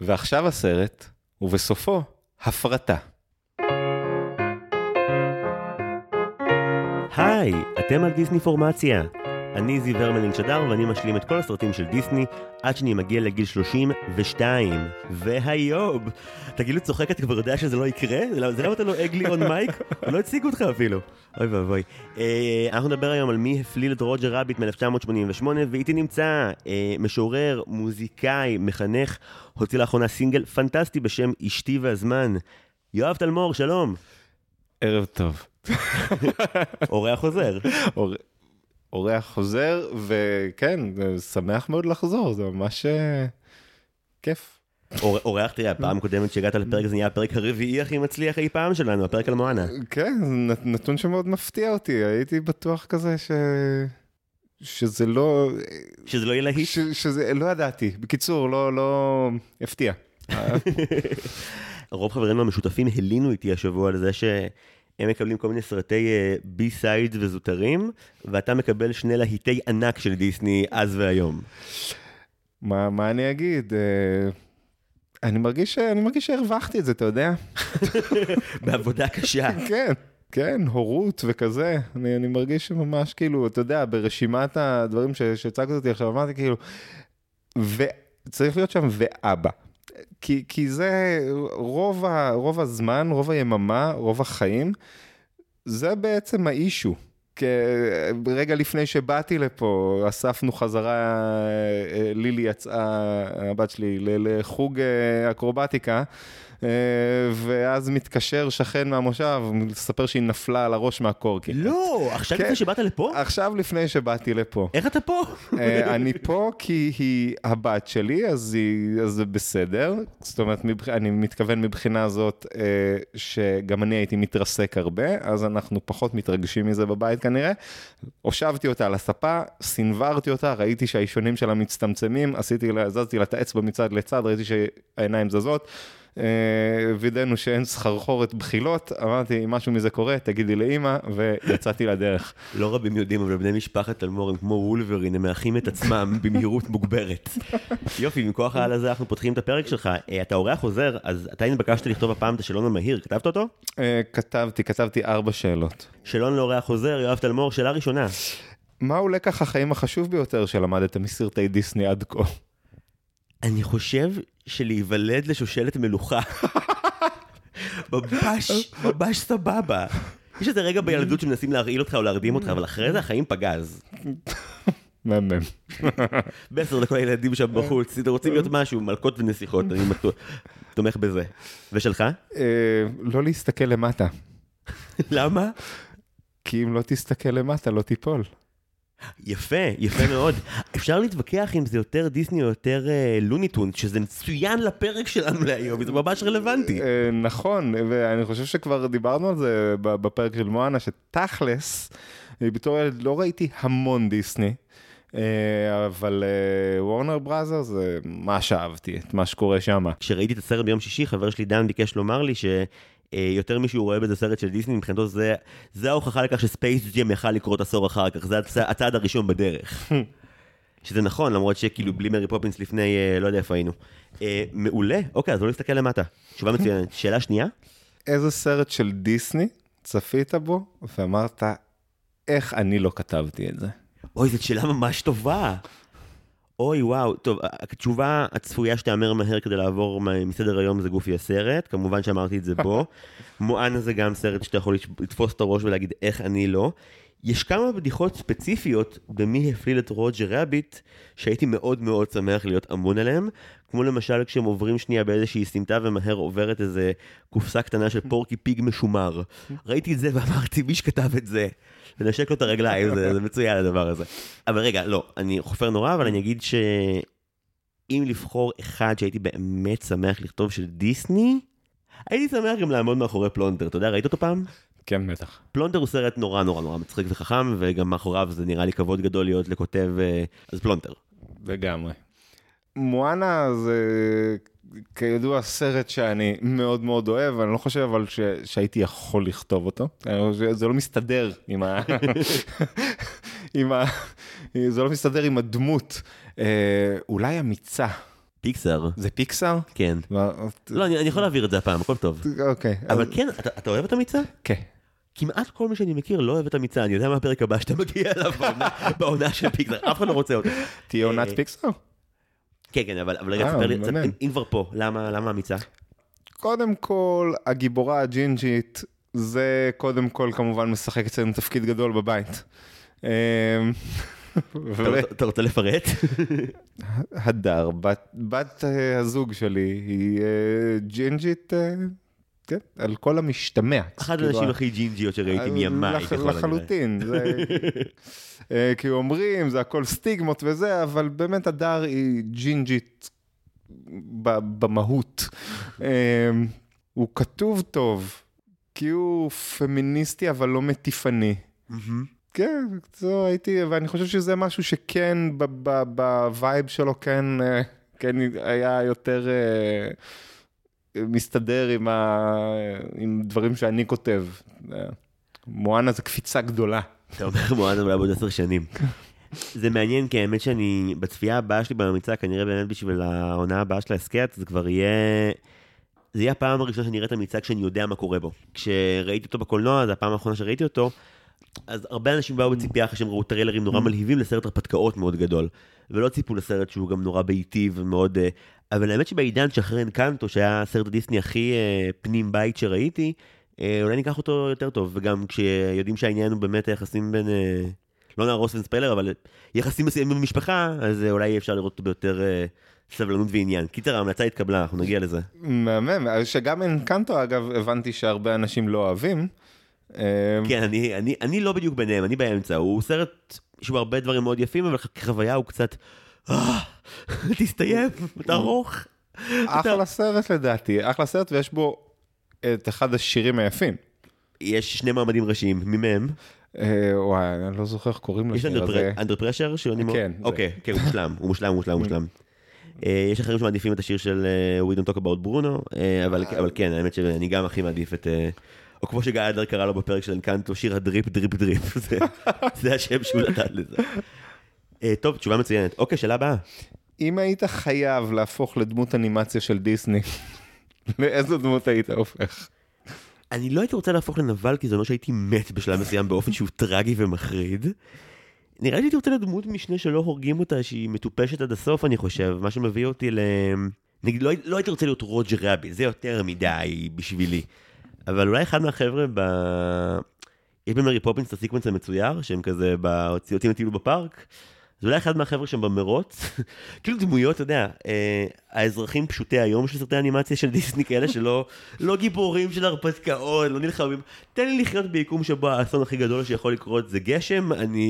ועכשיו הסרט, ובסופו, הפרטה. היי, אתם על דיסני פורמציה. אני זיו הרמלינג שדר ואני משלים את כל הסרטים של דיסני עד שאני מגיע לגיל 32. והיום, אתה כאילו צוחק, אתה כבר יודע שזה לא יקרה? זה למה אתה נוהג לי און מייק? לא הציג אותך אפילו. אוי ואבוי. אנחנו נדבר היום על מי הפליל את רוג'ר רביט מ-1988, ואיתי נמצא משורר, מוזיקאי, מחנך, הוציא לאחרונה סינגל פנטסטי בשם אשתי והזמן. יואב תלמור, שלום. ערב טוב. אורח חוזר. אורח חוזר, וכן, שמח מאוד לחזור, זה ממש כיף. אורח, תראה, הפעם קודמת שהגעת לפרק, זה נהיה הפרק הרביעי הכי מצליח אי פעם שלנו, הפרק על מואנה. כן, נתון שמאוד מפתיע אותי, הייתי בטוח כזה שזה לא... שזה לא יהיה להיט? שזה, לא ידעתי, בקיצור, לא הפתיע. רוב חברינו המשותפים הלינו איתי השבוע על זה הם מקבלים כל מיני סרטי בי-סיידס וזוטרים, ואתה מקבל שני להיטי ענק של דיסני אז והיום. מה אני אגיד? אני מרגיש שהרווחתי את זה, אתה יודע? בעבודה קשה. כן, הורות וכזה. אני מרגיש שממש כאילו, אתה יודע, ברשימת הדברים שהצגת אותי עכשיו, אמרתי כאילו, וצריך להיות שם ואבא. כי זה רוב הזמן, רוב היממה, רוב החיים, זה בעצם האישו. רגע לפני שבאתי לפה, אספנו חזרה, לילי יצאה, הבת שלי, לחוג אקרובטיקה, ואז מתקשר שכן מהמושב, מספר שהיא נפלה על הראש מהקורקינט. לא, עכשיו לפני שבאת לפה? עכשיו לפני שבאתי לפה. איך אתה פה? אני פה כי היא הבת שלי, אז זה בסדר. זאת אומרת, אני מתכוון מבחינה הזאת, שגם אני הייתי מתרסק הרבה, אז אנחנו פחות מתרגשים מזה בבית כנראה. הושבתי אותה על הספה, סנברתי אותה, ראיתי שהאישונים שלה מצטמצמים, זזתי לה את האצבע מצד לצד, ראיתי שהעיניים זזות, וידענו שאין סחרחורת בחילות, אמרתי, אם משהו מזה קורה, תגידי לאמא, ויצאתי לדרך. לא רבים יודעים, אבל בני משפחת תלמור הם כמו וולברין, הם מאחים את עצמם במהירות מוגברת. יופי, מכוח העל הזה אנחנו פותחים את הפרק שלך. אתה אורח חוזר, אז אתה התבקשת לכתוב הפעם את השאלון המהיר, כתבת אותו? כתבתי 4 שאלות. שאלון לאורח חוזר, יואב תלמור, שאלה ראשונה. מהו לקח החיים החשוב ביותר שלמדת מסרטי דיסני עד כה? אני חושב שלהיוולד לשושלת מלוכה. ממש סבבה. יש איזה רגע בילדות שמנסים להרעיל אותך או להרדים אותך, אבל אחרי זה החיים פגז. מהמם. בסדר לכל הילדים שם בחוץ, אתם רוצים להיות משהו, מלכות ונסיכות, אני תומך בזה. ושלך? לא להסתכל למטה. למה? כי אם לא תסתכל למטה, לא תיפול. יפה מאוד. אפשר להתווכח אם זה יותר דיסני או יותר לוניטון, שזה מצוין לפרק שלנו להיום, זה ממש רלוונטי. נכון, ואני חושב שכבר דיברנו על זה בפרק של מואנה, שתכלס, בתור ילד לא ראיתי המון דיסני, אבל וורנר בראזר זה מה שאהבתי, את מה שקורה שם. כשראיתי את הסרט ביום שישי, חבר שלי דן ביקש לומר לי יותר מישהו רואה בזה סרט של דיסני, מבחינתו זה ההוכחה לכך שספייס ג'ם יכל לקרות עשור אחר כך, זה הצעד הראשון בדרך. שזה נכון, למרות שכאילו בלי מרי פופינס לפני, לא יודע איפה היינו. מעולה, אוקיי, אז לא להסתכל למטה. תשובה מצוינת. שאלה שנייה? איזה סרט של דיסני צפית בו, ואמרת, איך אני לא כתבתי את זה? אוי, זאת שאלה ממש טובה. אוי, וואו, טוב, התשובה הצפויה שתאמר מהר כדי לעבור מסדר היום זה גופי הסרט, כמובן שאמרתי את זה בו. מואנה זה גם סרט שאתה יכול לתפוס את הראש ולהגיד איך אני לא. יש כמה בדיחות ספציפיות במי הפליל את רוג'ר רביט, שהייתי מאוד מאוד שמח להיות אמון עליהם, כמו למשל כשהם עוברים שנייה באיזושהי סמטה ומהר עוברת איזה קופסה קטנה של פורקי פיג משומר. ראיתי את זה ואמרתי, מי שכתב את זה? ונשק לו את הרגליים, זה מצוין הדבר הזה. אבל רגע, לא, אני חופר נורא, אבל אני אגיד שאם לבחור אחד שהייתי באמת שמח לכתוב של דיסני, הייתי שמח גם לעמוד מאחורי פלונטר. אתה יודע, ראית אותו פעם? כן, בטח. פלונטר הוא סרט נורא נורא נורא מצחיק וחכם, וגם מאחוריו זה נראה לי כבוד גדול להיות לכותב, אז פלונטר. לגמרי. מואנה זה כידוע סרט שאני מאוד מאוד אוהב, אני לא חושב אבל שהייתי יכול לכתוב אותו. זה לא מסתדר זה לא מסתדר עם הדמות. אולי אמיצה. פיקסאר. זה פיקסאר? כן. לא, אני יכול להעביר את זה הפעם, הכל טוב. אוקיי. אבל כן, אתה אוהב את המיצה? כן. כמעט כל מי שאני מכיר לא אוהב את המיצה, אני יודע מה הפרק הבא שאתה מגיע אליו בעונה של פיקסאר, אף אחד לא רוצה אותה. תהיה עונת פיקסאר? כן, כן, אבל רגע, תספר לי, אם כבר פה, למה המיצה? קודם כל, הגיבורה הג'ינג'ית, זה קודם כל כמובן משחק אצלנו תפקיד גדול בבית. אתה רוצה לפרט? הדר, בת הזוג שלי, היא ג'ינג'ית, כן, על כל המשתמע. אחת האנשים הכי ג'ינג'יות שראיתי מימיי. לחלוטין. כי אומרים, זה הכל סטיגמות וזה, אבל באמת הדר היא ג'ינג'ית במהות. הוא כתוב טוב, כי הוא פמיניסטי אבל לא מטיפני. כן, זו הייתי, ואני חושב שזה משהו שכן בווייב שלו כן היה יותר מסתדר עם דברים שאני כותב. מואנה זה קפיצה גדולה. אתה אומר מואנה אולי בעוד 10 שנים. זה מעניין, כי האמת שאני, בצפייה הבאה שלי במיצה, כנראה באמת בשביל העונה הבאה של ההסקט, זה כבר יהיה... זה יהיה הפעם הראשונה שאני אראה את המיצה כשאני יודע מה קורה בו. כשראיתי אותו בקולנוע, זה הפעם האחרונה שראיתי אותו, אז הרבה אנשים באו בציפייה אחרי שהם ראו טריילרים נורא מלהיבים לסרט הרפתקאות מאוד גדול, ולא ציפו לסרט שהוא גם נורא ביתי ומאוד... אבל האמת שבעידן שאחרי אנקנטו, שהיה הסרט הדיסני הכי פנים בית שראיתי, אולי ניקח אותו יותר טוב, וגם כשיודעים שהעניין הוא באמת היחסים בין... לא נהרוס ונספיילר, אבל יחסים מסוימים במשפחה, אז אולי אפשר לראות אותו ביותר סבלנות ועניין. קיצר, ההמלצה התקבלה, אנחנו נגיע לזה. מהמם, שגם אנקנטו, אגב, הבנתי שהרבה אנשים לא אוהבים. כן, אני לא בדיוק ביניהם, אני באמצע. הוא סרט שהוא הרבה דברים מאוד יפים, אבל כחוויה הוא קצת... תסתיים, אתה ארוך. אחלה סרט לדעתי, אחלה סרט, ויש בו את אחד השירים היפים. יש 2 מעמדים ראשיים, מי מהם? וואי, אני לא זוכר איך קוראים לשיר הזה. יש אנדר פרשר? כן. אוקיי, הוא מושלם. יש אחרים שמעדיפים את השיר של We Don't Talk About Bruno, אבל כן, האמת שאני גם הכי מעדיף את... או כמו שגיא אדלר קרא לו בפרק של אנקנטו, שיר הדריפ, דריפ, דריפ. זה השם שהוא נתן לזה. טוב, תשובה מצוינת. אוקיי, שאלה הבאה. אם היית חייב להפוך לדמות אנימציה של דיסני, לאיזו דמות היית הופך? אני לא הייתי רוצה להפוך לנבל, כי זה לא שהייתי מת בשלב מסוים באופן שהוא טרגי ומחריד. נראה לי הייתי רוצה לדמות משנה שלא הורגים אותה, שהיא מטופשת עד הסוף, אני חושב. מה שמביא אותי נגיד, לא הייתי רוצה להיות רוג'ר רביט, זה יותר מדי בשבילי. אבל אולי אחד מהחבר'ה יש במרי פופינס את הסיקוונס המצויר, שהם כזה יוצאים לטיול בפארק, אז אולי אחד מהחבר'ה שם במרוץ, כאילו דמויות, אתה יודע, האזרחים פשוטי היום של סרטי האנימציה של דיסני כאלה, שלא גיבורים של הרפתקאות, לא נלחמים. תן לי לחיות ביקום שבו האסון הכי גדול שיכול לקרות זה גשם,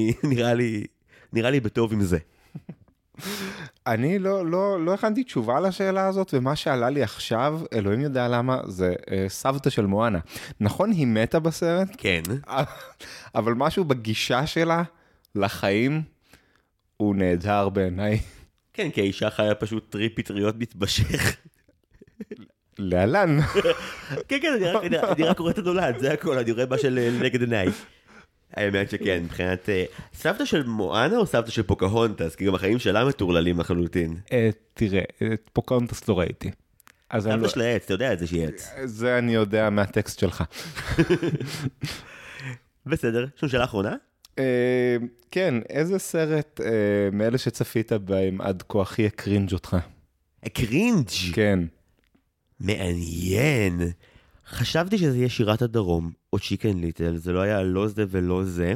נראה לי בטוב עם זה. אני לא הכנתי תשובה לשאלה הזאת, ומה שעלה לי עכשיו, אלוהים יודע למה, זה סבתא של מואנה. נכון, היא מתה בסרט? כן. אבל משהו בגישה שלה לחיים, הוא נהדר בעיניי. כן, כי האישה חיה פשוט טריפטריות מתבשך. להלן. כן, אני רק רואה את הנולד, זה הכל, אני רואה מה של נגד עיניי. האמת שכן, מבחינת... סבתא של מואנה או סבתא של פוקהונטס? כי גם החיים שלה מטורללים לחלוטין. תראה, את פוקהונטס לא ראיתי. סבתא של העץ, אתה יודע את זה שהיא עץ. זה אני יודע מהטקסט שלך. בסדר, יש לנו שאלה אחרונה? כן, איזה סרט מאלה שצפית בהם עד כה הכי הקרינג' אותך? הקרינג'? כן. מעניין. חשבתי שזה יהיה שירת הדרום, או צ'יקן ליטל, זה לא היה לא זה ולא זה.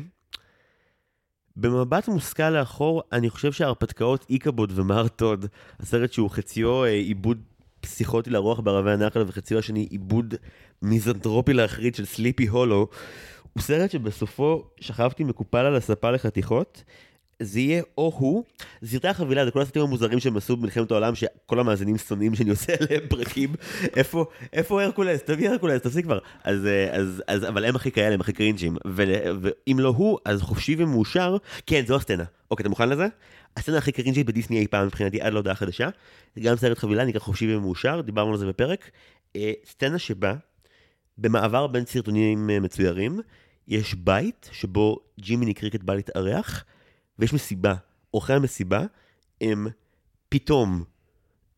במבט מושכל לאחור, אני חושב שההרפתקאות איקבוד ומרטוד, הסרט שהוא חציו עיבוד פסיכוטי לרוח בערבי הנחל, וחציו השני עיבוד מיזנטרופי להחריד של סליפי הולו, הוא סרט שבסופו שכבתי מקופל על הספה לחתיכות, זה יהיה או הוא, סרטי החבילה, זה כל הסרטים המוזרים שהם עשו במלחמת העולם, שכל המאזינים שונאים שאני עושה עליהם פרקים, איפה הרקולס? תביא הרקולס, תפסיק כבר. אבל הם הכי כאלה, הם הכי קרינג'ים, ואם לא הוא, אז חופשי ומאושר, כן, זו הסצנה. אוקיי, אתה מוכן לזה? הסצנה הכי קרינג'ית בדיסני אי פעם, מבחינתי עד להודעה חדשה, זה גם סרט חבילה, נקרא חופשי ומאושר, דיברנו על זה בפרק, סצנה שבה, במעבר בין סרטונים מצוירים, יש בית שבו ג'ימיני קריקט בא להתארח, ויש מסיבה. אורחי המסיבה הם פתאום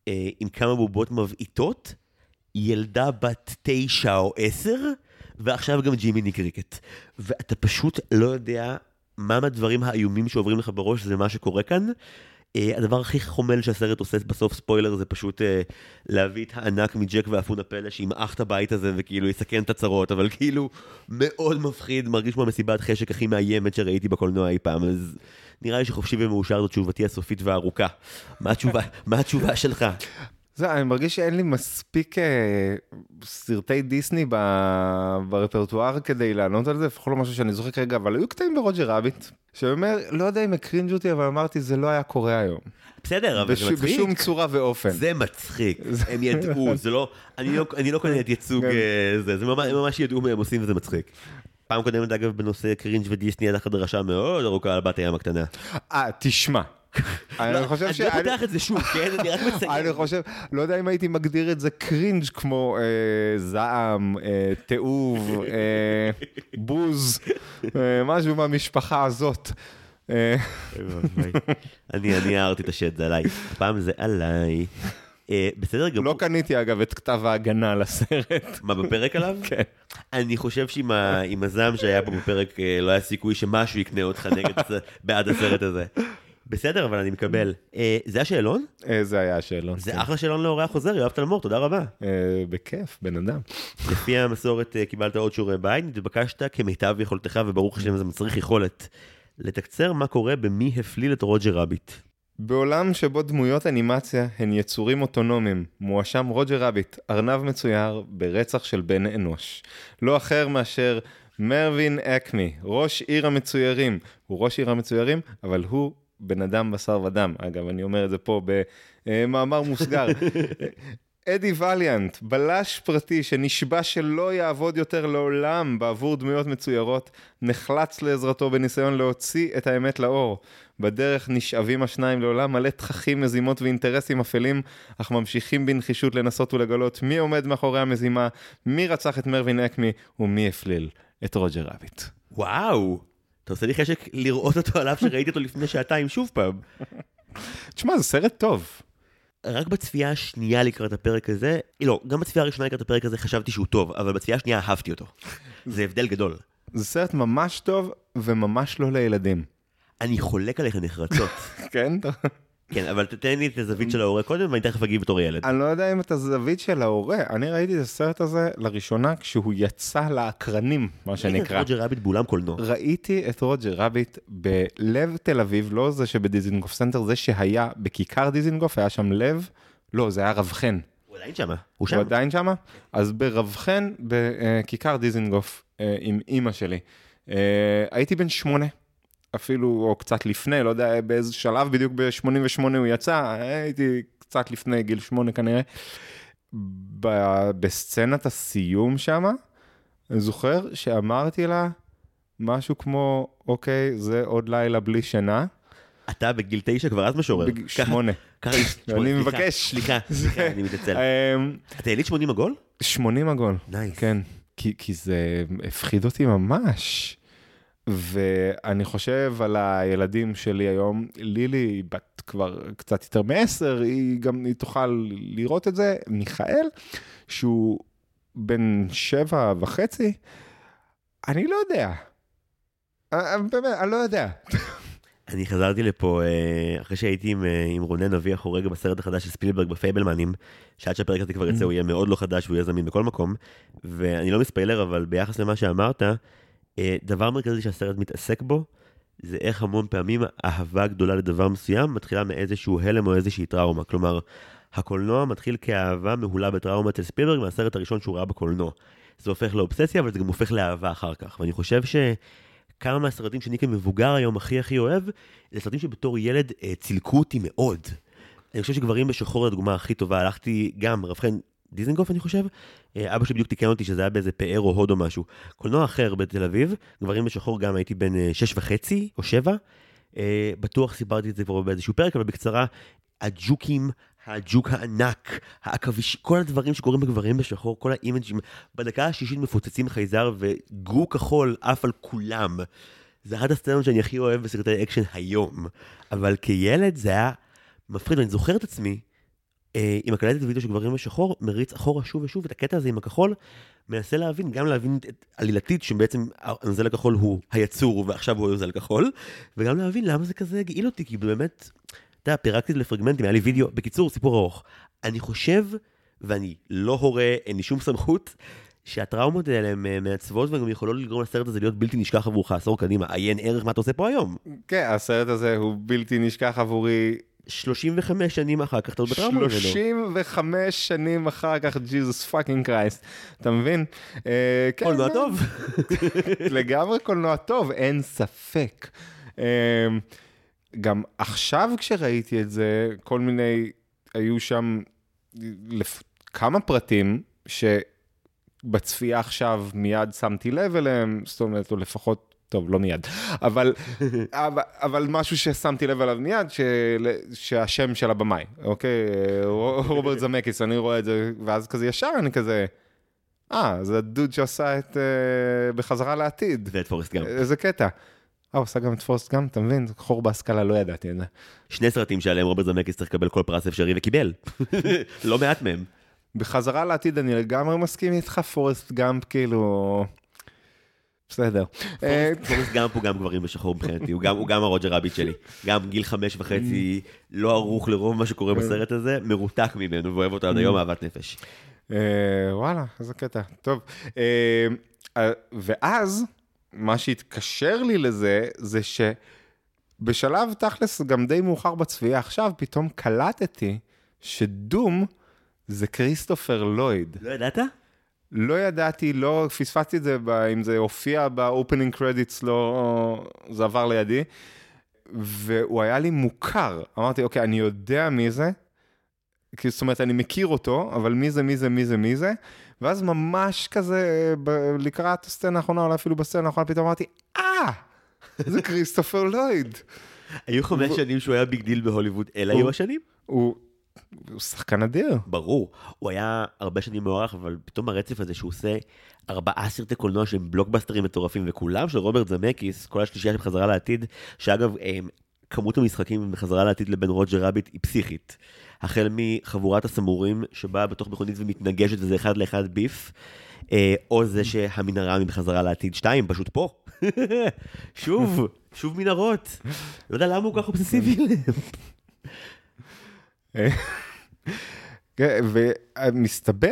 עם כמה בובות מבעיטות, ילדה בת 9 או 10, ועכשיו גם ג'ימיני קריקט. ואתה פשוט לא יודע מה מהדברים האיומים שעוברים לך בראש, זה מה שקורה כאן. הדבר הכי חומל שהסרט עושה בסוף ספוילר, זה פשוט להביא את הענק מג'ק ואפון הפלא, שימעך את הבית הזה וכאילו יסכן את הצרות, אבל כאילו מאוד מפחיד, מרגיש כמו המסיבת חשק הכי מאיימת שראיתי בקולנוע אי פעם, אז נראה לי שחופשי ומאושר זאת תשובתי הסופית והארוכה. מה התשובה שלך? אני מרגיש שאין לי מספיק סרטי דיסני ברפרטואר כדי לענות על זה, לפחות לא משהו שאני זוכר כרגע, אבל היו קטעים ברוג'ר רביט, שאומר, לא יודע אם הקרינג' אותי, אבל אמרתי, זה לא היה קורה היום. בסדר, אבל זה מצחיק. בשום צורה ואופן. זה מצחיק, הם ידעו, זה לא, אני לא קונה את ייצוג זה ממש ידעו מה הם עושים וזה מצחיק. פעם קודמת, אגב, בנושא קרינג' ודיסני, הייתה חדרשה מאוד ארוכה על בת הים הקטנה. תשמע. אני חושב אני לא פותח את זה שוב, כן? אני רק מציין. אני חושב, לא יודע אם הייתי מגדיר את זה קרינג' כמו זעם, תיעוב, בוז, משהו מהמשפחה הזאת. אני הערתי את השד, זה עליי. הפעם זה עליי. בסדר גמור. לא קניתי אגב את כתב ההגנה לסרט. מה, בפרק עליו? כן. אני חושב שעם הזעם שהיה פה בפרק לא היה סיכוי שמשהו יקנה אותך בעד הסרט הזה. בסדר, אבל אני מקבל. זה השאלון? זה היה השאלון. זה אחלה שאלון לאורח חוזר, יואב תלמור, תודה רבה. בכיף, בן אדם. לפי המסורת קיבלת עוד שיעורי בית, התבקשת כמיטב יכולתך, וברוך השם זה מצריך יכולת, לתקצר מה קורה במי הפליל את רוג'ר רביט. בעולם שבו דמויות אנימציה הן יצורים אוטונומיים, מואשם רוג'ר רביט, ארנב מצויר ברצח של בן אנוש. לא אחר מאשר מרווין אקמי, ראש עיר המצוירים. הוא ראש עיר המצוירים, אבל הוא בן אדם בשר ודם. אגב, אני אומר את זה פה במאמר מוסגר. אדי וליאנט, בלש פרטי שנשבע שלא יעבוד יותר לעולם בעבור דמויות מצוירות, נחלץ לעזרתו בניסיון להוציא את האמת לאור. בדרך נשאבים השניים לעולם מלא תככים, מזימות ואינטרסים אפלים, אך ממשיכים בנחישות לנסות ולגלות מי עומד מאחורי המזימה, מי רצח את מרווין אקמי ומי הפליל את רוג'ר רביט. וואו, אתה עושה לי חשק לראות אותו עליו שראיתי אותו לפני שעתיים שוב פעם. תשמע, זה סרט טוב. רק בצפייה השנייה לקראת הפרק הזה, לא, גם בצפייה הראשונה לקראת הפרק הזה חשבתי שהוא טוב, אבל בצפייה השנייה אהבתי אותו. זה הבדל גדול. זה סרט ממש טוב וממש לא לילדים. אני חולק עליך נחרצות. כן? כן, אבל תתן לי את הזווית של ההורה קודם, ואני תכף אגיב בתור ילד. אני לא יודע אם את הזווית של ההורה. אני ראיתי את הסרט הזה לראשונה כשהוא יצא לאקרנים, מה שנקרא. ראיתי את רוג'ר רביט באולם קולנוע. ראיתי את רוג'ר רביט בלב תל אביב, לא זה שבדיזינגוף סנטר, זה שהיה בכיכר דיזינגוף, היה שם לב, לא, זה היה רבחן. הוא עדיין שמה. הוא עדיין שמה? אז ברבחן, בכיכר דיזינגוף, עם אמא שלי. הייתי בן 8. אפילו, או קצת לפני, לא יודע באיזה שלב, בדיוק ב-88 הוא יצא, הייתי קצת לפני גיל 8 כנראה. בסצנת הסיום שם, אני זוכר שאמרתי לה משהו כמו, אוקיי, זה עוד לילה בלי שינה. אתה בגיל 9 כבר אז משורר. 8. אני מבקש. סליחה, אני מתנצל. אתה יליד 80 עגול? 80 עגול. נייס. כן, כי זה הפחיד אותי ממש. ואני חושב על הילדים שלי היום, לילי היא בת כבר קצת יותר מ10, היא תוכל לראות את זה, מיכאל, שהוא בן 7.5, אני לא יודע. באמת, אני לא יודע. אני חזרתי לפה, אחרי שהייתי עם רונן אבי החורג בסרט החדש של ספילברג בפייבלמנים, שעד שהפרק הזה כבר יצא, הוא יהיה מאוד לא חדש, והוא יהיה זמין בכל מקום, ואני לא מספיילר, אבל ביחס למה שאמרת, דבר מרכזי שהסרט מתעסק בו, זה איך המון פעמים אהבה גדולה לדבר מסוים, מתחילה מאיזשהו הלם או איזושהי טראומה. כלומר, הקולנוע מתחיל כאהבה מהולה בטראומה של ספילברג, מהסרט הראשון שהוא ראה בקולנוע. זה הופך לאובססיה, אבל זה גם הופך לאהבה אחר כך. ואני חושב שכמה מהסרטים שאני כמבוגר היום הכי אוהב, זה סרטים שבתור ילד צילקו אותי מאוד. אני חושב שגברים בשחור הדוגמה הכי טובה, הלכתי גם רבחן דיזנגוף אני חושב, אבא שלי בדיוק תיקן אותי שזה היה באיזה פאר או הוד או משהו, קולנוע אחר בתל אביב, גברים בשחור גם הייתי בן 6.5 או 7, בטוח סיפרתי את זה כבר באיזשהו פרק, אבל בקצרה, הג'וקים, הג'וק הענק, העכביש, כל הדברים שקורים בגברים בשחור, כל האימג'ים, בדקה השישית מפוצצים חייזר וגרו כחול אף על כולם, זה אחד הסצנות שאני הכי אוהב בסרטי אקשן היום, אבל כילד זה היה מפחיד, ואני זוכר את עצמי, עם הקלטת וידאו של גברים בשחור, מריץ אחורה שוב ושוב את הקטע הזה עם הכחול, מנסה להבין, גם להבין את עלילתית, שבעצם הנוזל הכחול הוא היצור, ועכשיו הוא הנוזל הכחול, וגם להבין למה זה כזה הגעיל אותי, כי באמת, אתה יודע, פירקתי את זה לפרגמנטים, היה לי וידאו, בקיצור, סיפור ארוך. אני חושב, ואני לא הורה, אין לי שום סמכות, שהטראומות האלה הן מעצבות, וגם יכולות לגרום לסרט הזה להיות בלתי נשכח עבורך עשור קדימה. עיין ערך מה אתה עושה פה היום. כן, הסרט הזה הוא בלתי נשכח עבורי. 35 שנים אחר כך, אתה עוד בטראומה ממנו. 35 שנים אחר כך, ג'יזוס פאקינג קרייסט. אתה מבין? קולנוע טוב. לגמרי קולנוע טוב, אין ספק. גם עכשיו כשראיתי את זה, כל מיני, היו שם כמה פרטים שבצפייה עכשיו מיד שמתי לב אליהם, זאת אומרת, או לפחות, טוב, לא מיד, אבל משהו ששמתי לב עליו מיד, שהשם של הבמאי, אוקיי? רוברט זמקיס, אני רואה את זה, ואז כזה ישר אני כזה, זה הדוד שעשה את בחזרה לעתיד. ואת פורסט גאמפ. איזה קטע. הוא עשה גם את פורסט גאמפ, אתה מבין? חור בהשכלה, לא ידעתי את זה. שני סרטים שעליהם רוברט זמקיס צריך לקבל כל פרס אפשרי וקיבל. לא מעט מהם. בחזרה לעתיד אני לגמרי מסכים איתך, פורסט גאמפ כאילו... בסדר. פורסט גאמפ הוא גם גברים בשחור מבחינתי, הוא גם הרוג'ר רביט שלי. גם גיל 5.5, לא ערוך לרוב מה שקורה בסרט הזה, מרותק ממנו, ואוהב אותו עד היום, אהבת נפש. וואלה, איזה קטע. טוב. ואז, מה שהתקשר לי לזה, זה שבשלב תכלס, גם די מאוחר בצפייה, עכשיו פתאום קלטתי שדום זה כריסטופר לויד. לא ידעת? לא ידעתי, לא פספסתי את זה, אם זה הופיע באופנינג קרדיטס, לא, זה עבר לידי, והוא היה לי מוכר. אמרתי, אוקיי, אני יודע מי זה, זאת אומרת, אני מכיר אותו, אבל מי זה, מי זה, מי זה, מי זה, ואז ממש כזה, לקראת הסצנה האחרונה, אולי אפילו בסצנה האחרונה, פתאום אמרתי, זה כריסטופר לויד. היו 5 שנים שהוא היה ביג דיל בהוליווד, אלה היו השנים? הוא שחקן אדיר. ברור. הוא היה הרבה שנים מוערך, אבל פתאום הרצף הזה שהוא עושה 4 סרטי קולנוע שהם בלוקבאסטרים מטורפים, וכולם של רוברט זמקיס, כל השלישייה של חזרה לעתיד, שאגב, כמות המשחקים בחזרה לעתיד לבין רוג'ר רביט היא פסיכית. החל מחבורת הסמורים, שבאה בתוך מכונית ומתנגשת, וזה אחד לאחד ביף, או זה שהמנהרה מבחזרה לעתיד 2, פשוט פה. שוב מנהרות. לא יודע למה הוא כך אובססיבי אליהם. ומסתבר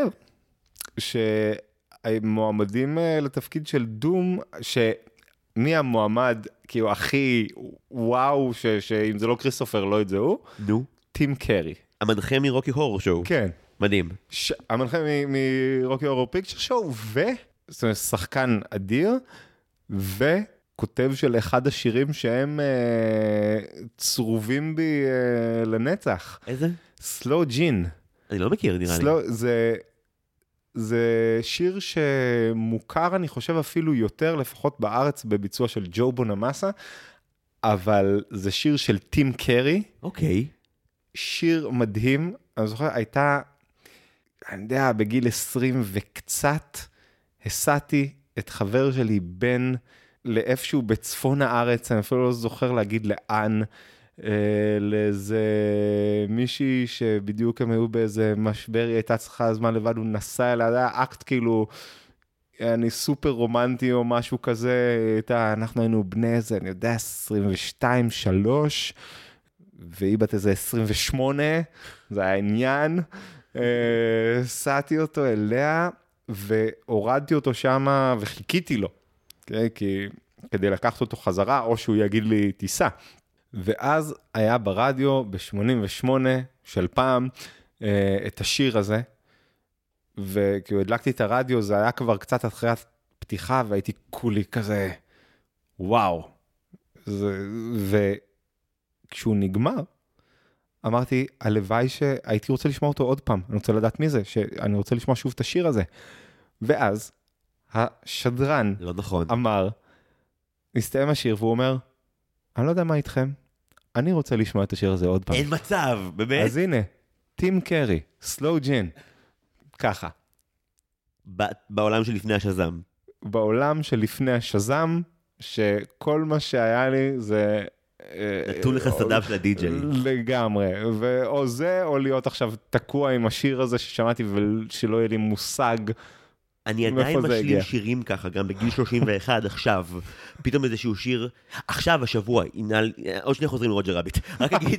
שהמועמדים לתפקיד של דום, שמי המועמד, כאילו הכי וואו, שאם זה לא כריסטופר לויד זה הוא, נו. טים קרי. המנחה מרוקי הורור שואו. כן. מדהים. המנחה מרוקי הורור פיקצ'ר שואו, זאת אומרת, שחקן אדיר, כותב של אחד השירים שהם צרובים בי לנצח. איזה? סלו ג'ין. אני לא מכיר, נראה לי. זה שיר שמוכר, אני חושב אפילו יותר, לפחות בארץ, בביצוע של ג'ו בונמאסה, אבל זה שיר של טים קרי. אוקיי. שיר מדהים. אני זוכר, הייתה, אני יודע, בגיל 20 וקצת, הסעתי את חבר שלי בן לאיפשהו בצפון הארץ, אני אפילו לא זוכר להגיד לאן, לאיזה מישהי שבדיוק הם היו באיזה משבר, היא הייתה צריכה זמן לבד, הוא נסע אליה, זה היה אקט כאילו, אני סופר רומנטי או משהו כזה, אנחנו היינו בני איזה, אני יודע, 22, 3, והיא בת איזה 28, זה היה עניין, סעתי אותו אליה, והורדתי אותו שמה, וחיכיתי לו. כי כדי לקחת אותו חזרה, או שהוא יגיד לי טיסה. ואז היה ברדיו ב-88 של פעם את השיר הזה, וכאילו הדלקתי את הרדיו, זה היה כבר קצת אחרי הפתיחה, והייתי כולי כזה, וואו. וכשהוא נגמר, אמרתי, הלוואי שהייתי רוצה לשמוע אותו עוד פעם, אני רוצה לדעת מי זה, שאני רוצה לשמוע שוב את השיר הזה. ואז, השדרן לא נכון. אמר, נסתיים השיר, והוא אומר, אני לא יודע מה איתכם, אני רוצה לשמוע את השיר הזה עוד פעם. אין מצב, באמת? אז הנה, טים קרי, סלו ג'ין, ככה. בעולם שלפני השזם. בעולם שלפני השזם, שכל מה שהיה לי זה נתון לך סדיו של הדי-ג'יי. לגמרי, או זה, או להיות עכשיו תקוע עם השיר הזה ששמעתי ושלא יהיה לי מושג. אני עדיין משלים שירים ככה, גם בגיל 31 עכשיו, פתאום איזשהו שיר, עכשיו השבוע, עוד שני חוזרים לרוג'ר רביט, רק אגיד,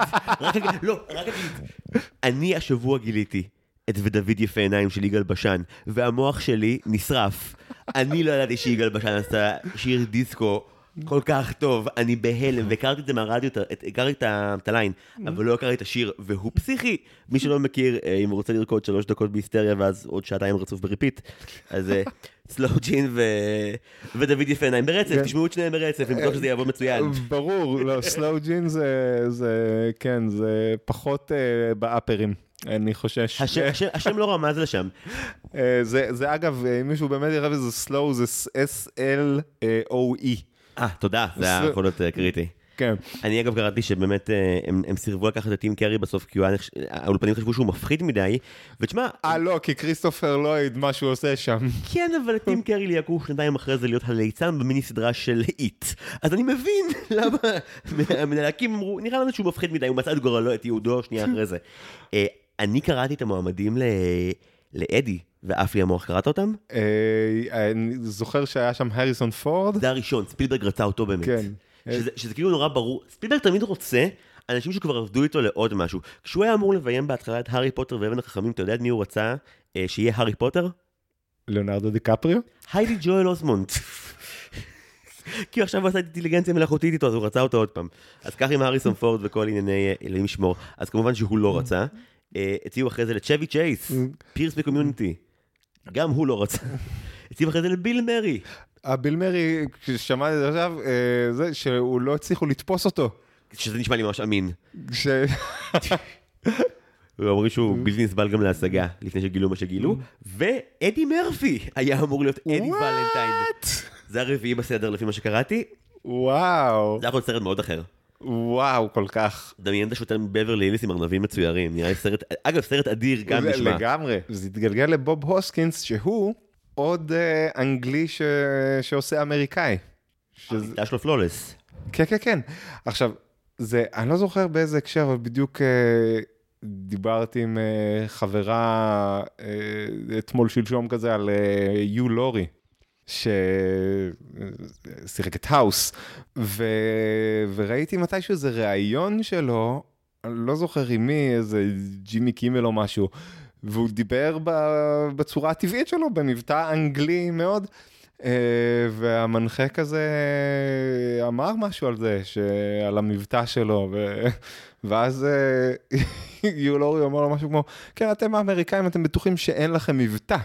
אני השבוע גיליתי את ודוד יפה עיניים של יגאל בשן, והמוח שלי נשרף. אני לא ידעתי שיגאל בשן עשה שיר דיסקו כל כך טוב, אני בהלם, והכרתי את זה מהרדיו, הכרתי את הליין, אבל לא הכרתי את השיר, והוא פסיכי. מי שלא מכיר, אם הוא רוצה לרקוד 3 דקות בהיסטריה, ואז עוד שעתיים רצוף בריפיט, אז סלוג'ין ודוד יפה עיניים ברצף, תשמעו את שניהם ברצף, אני בטוח שזה יעבוד מצוין. ברור, לא, סלוג'ין זה, כן, זה פחות באפרים. אני חושש. השם לא רמז לשם. זה אגב, אם מישהו באמת יראה בזה סלואו, זה S-L-O-E. תודה, זה היה יכול להיות קריטי. כן. אני אגב קראתי שבאמת הם סירבו לקחת את טים קרי בסוף, כי האולפנים חשבו שהוא מפחיד מדי, ותשמע... לא, כי כריסטופר לויד, מה שהוא עושה שם. כן, אבל טים קרי ליעקו שנתיים אחרי זה להיות הליצן במיני סדרה של איט. אז אני מבין למה המנהלקים אמרו, נראה לנו שהוא מפחיד מדי, הוא מצא את גורלו, את יהודו, שנייה אחרי זה. אני קראתי את המועמדים לאדי ואף לי המוח, קראת אותם? אני זוכר שהיה שם הריסון פורד. זה הראשון, ספילברג רצה אותו באמת. כן. שזה כאילו נורא ברור. ספילברג תמיד רוצה אנשים שכבר עבדו איתו לעוד משהו. כשהוא היה אמור לביים בהתחלה את הארי פוטר ואבן החכמים, אתה יודע את מי הוא רצה שיהיה הארי פוטר? ליאונרדו דיקפריו? היילי ג'ואל אוסמונד. כי עכשיו הוא עשה אינטליגנציה מלאכותית איתו, אז הוא רצה אותו עוד פעם. אז כך עם הריסון פורד וכל ענייני אלוהים ישמור. אז כמובן שהוא לא רצה. הציעו אחרי זה לצ'בי צ'ייס, פירס בקומיוניטי. גם הוא לא רצה. הציעו אחרי זה לביל מרי. ביל מרי, כששמעתי את זה עכשיו, זה שהוא לא הצליחו לתפוס אותו. שזה נשמע לי ממש אמין. הוא אמרו שהוא בלתי נסבל גם להשגה, לפני שגילו מה שגילו. ואדי מרפי היה אמור להיות אדי ולנטיין. זה הרביעי בסדר לפי מה שקראתי. וואו. זה יכול להיות סרט מאוד אחר. וואו, כל כך. דמיין את השוטר מבברלי הילס עם ארנבים מצוירים. נראה לי סרט, אגב, סרט אדיר גם נשמע. לגמרי. זה התגלגל לבוב הוסקינס, שהוא עוד אנגלי שעושה אמריקאי. המיטה שלו פלולס. כן, כן, כן. עכשיו, אני לא זוכר באיזה הקשר, אבל בדיוק דיברתי עם חברה אתמול שלשום כזה על יו לורי. ששיחק את האוס, וראיתי מתישהו איזה ראיון שלו, אני לא זוכר עם מי, איזה ג'ימי קימל או משהו, והוא דיבר בצורה הטבעית שלו, במבטא אנגלי מאוד, והמנחה כזה אמר משהו על זה, על המבטא שלו, ואז יולורי אומר לו משהו כמו, כן, אתם האמריקאים, אתם בטוחים שאין לכם מבטא.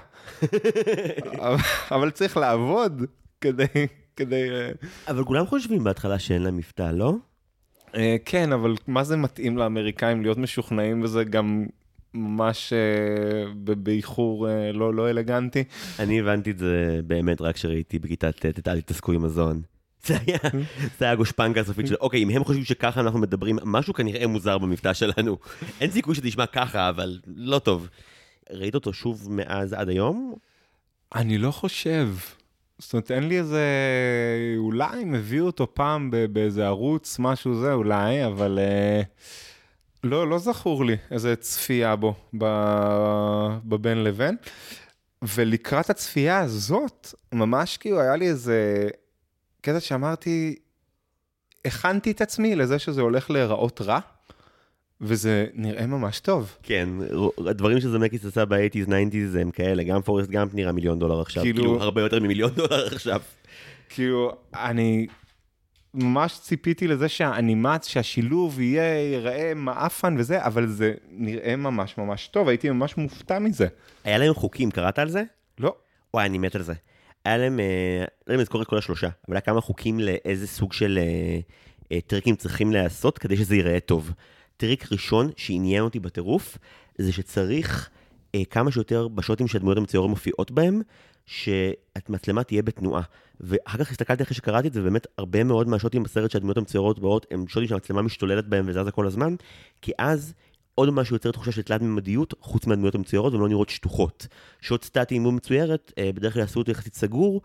אבל צריך לעבוד כדי... אבל כולם חושבים בהתחלה שאין להם מבטא, לא? כן, אבל מה זה מתאים לאמריקאים להיות משוכנעים וזה גם ממש באיחור לא אלגנטי? אני הבנתי את זה באמת רק שראיתי בכיתה ט' אל תתעסקו עם מזון. זה היה גושפנקה הסופית של, אוקיי, אם הם חושבים שככה אנחנו מדברים, משהו כנראה מוזר במבטא שלנו. אין סיכוי שתשמע ככה, אבל לא טוב. ראית אותו שוב מאז עד היום? אני לא חושב. זאת אומרת, אין לי איזה... אולי הם הביאו אותו פעם באיזה ערוץ, משהו זה, אולי, אבל... לא זכור לי איזה צפייה בו בבין לבין. ולקראת הצפייה הזאת, ממש כאילו היה לי איזה... קטע שאמרתי, הכנתי את עצמי לזה שזה הולך להיראות רע, וזה נראה ממש טוב. כן, הדברים שזמקיס עשה ב-80s, 90s הם כאלה, גם פורסט גאמפ נראה $1,000,000 עכשיו, כאילו הרבה יותר מ$1,000,000 עכשיו. כאילו, אני ממש ציפיתי לזה שהשילוב ייראה מאפן וזה, אבל זה נראה ממש ממש טוב, הייתי ממש מופתע מזה. היה להם חוקים, קראת על זה? לא. וואי, אני מת על זה. היה להם, לא לזכור את כל השלושה, אבל היה כמה חוקים לאיזה סוג של טריקים צריכים לעשות כדי שזה ייראה טוב. טריק ראשון שעניין אותי בטירוף, זה שצריך כמה שיותר בשוטים שהדמויות המצוירות מופיעות בהם, שהמצלמה תהיה בתנועה. ואחר כך הסתכלתי אחרי שקראתי את זה, ובאמת הרבה מאוד מהשוטים בסרט שהדמויות המצוירות באות, הם שוטים שהמצלמה משתוללת בהם וזזה כל הזמן, כי אז עוד משהו יוצר תחושה של תלת ממדיות, חוץ מהדמויות המצוירות, ולא נראות שטוחות. שוט סטטי אם הוא מצוירת, בדרך כלל עשו אותו יחסית סגור,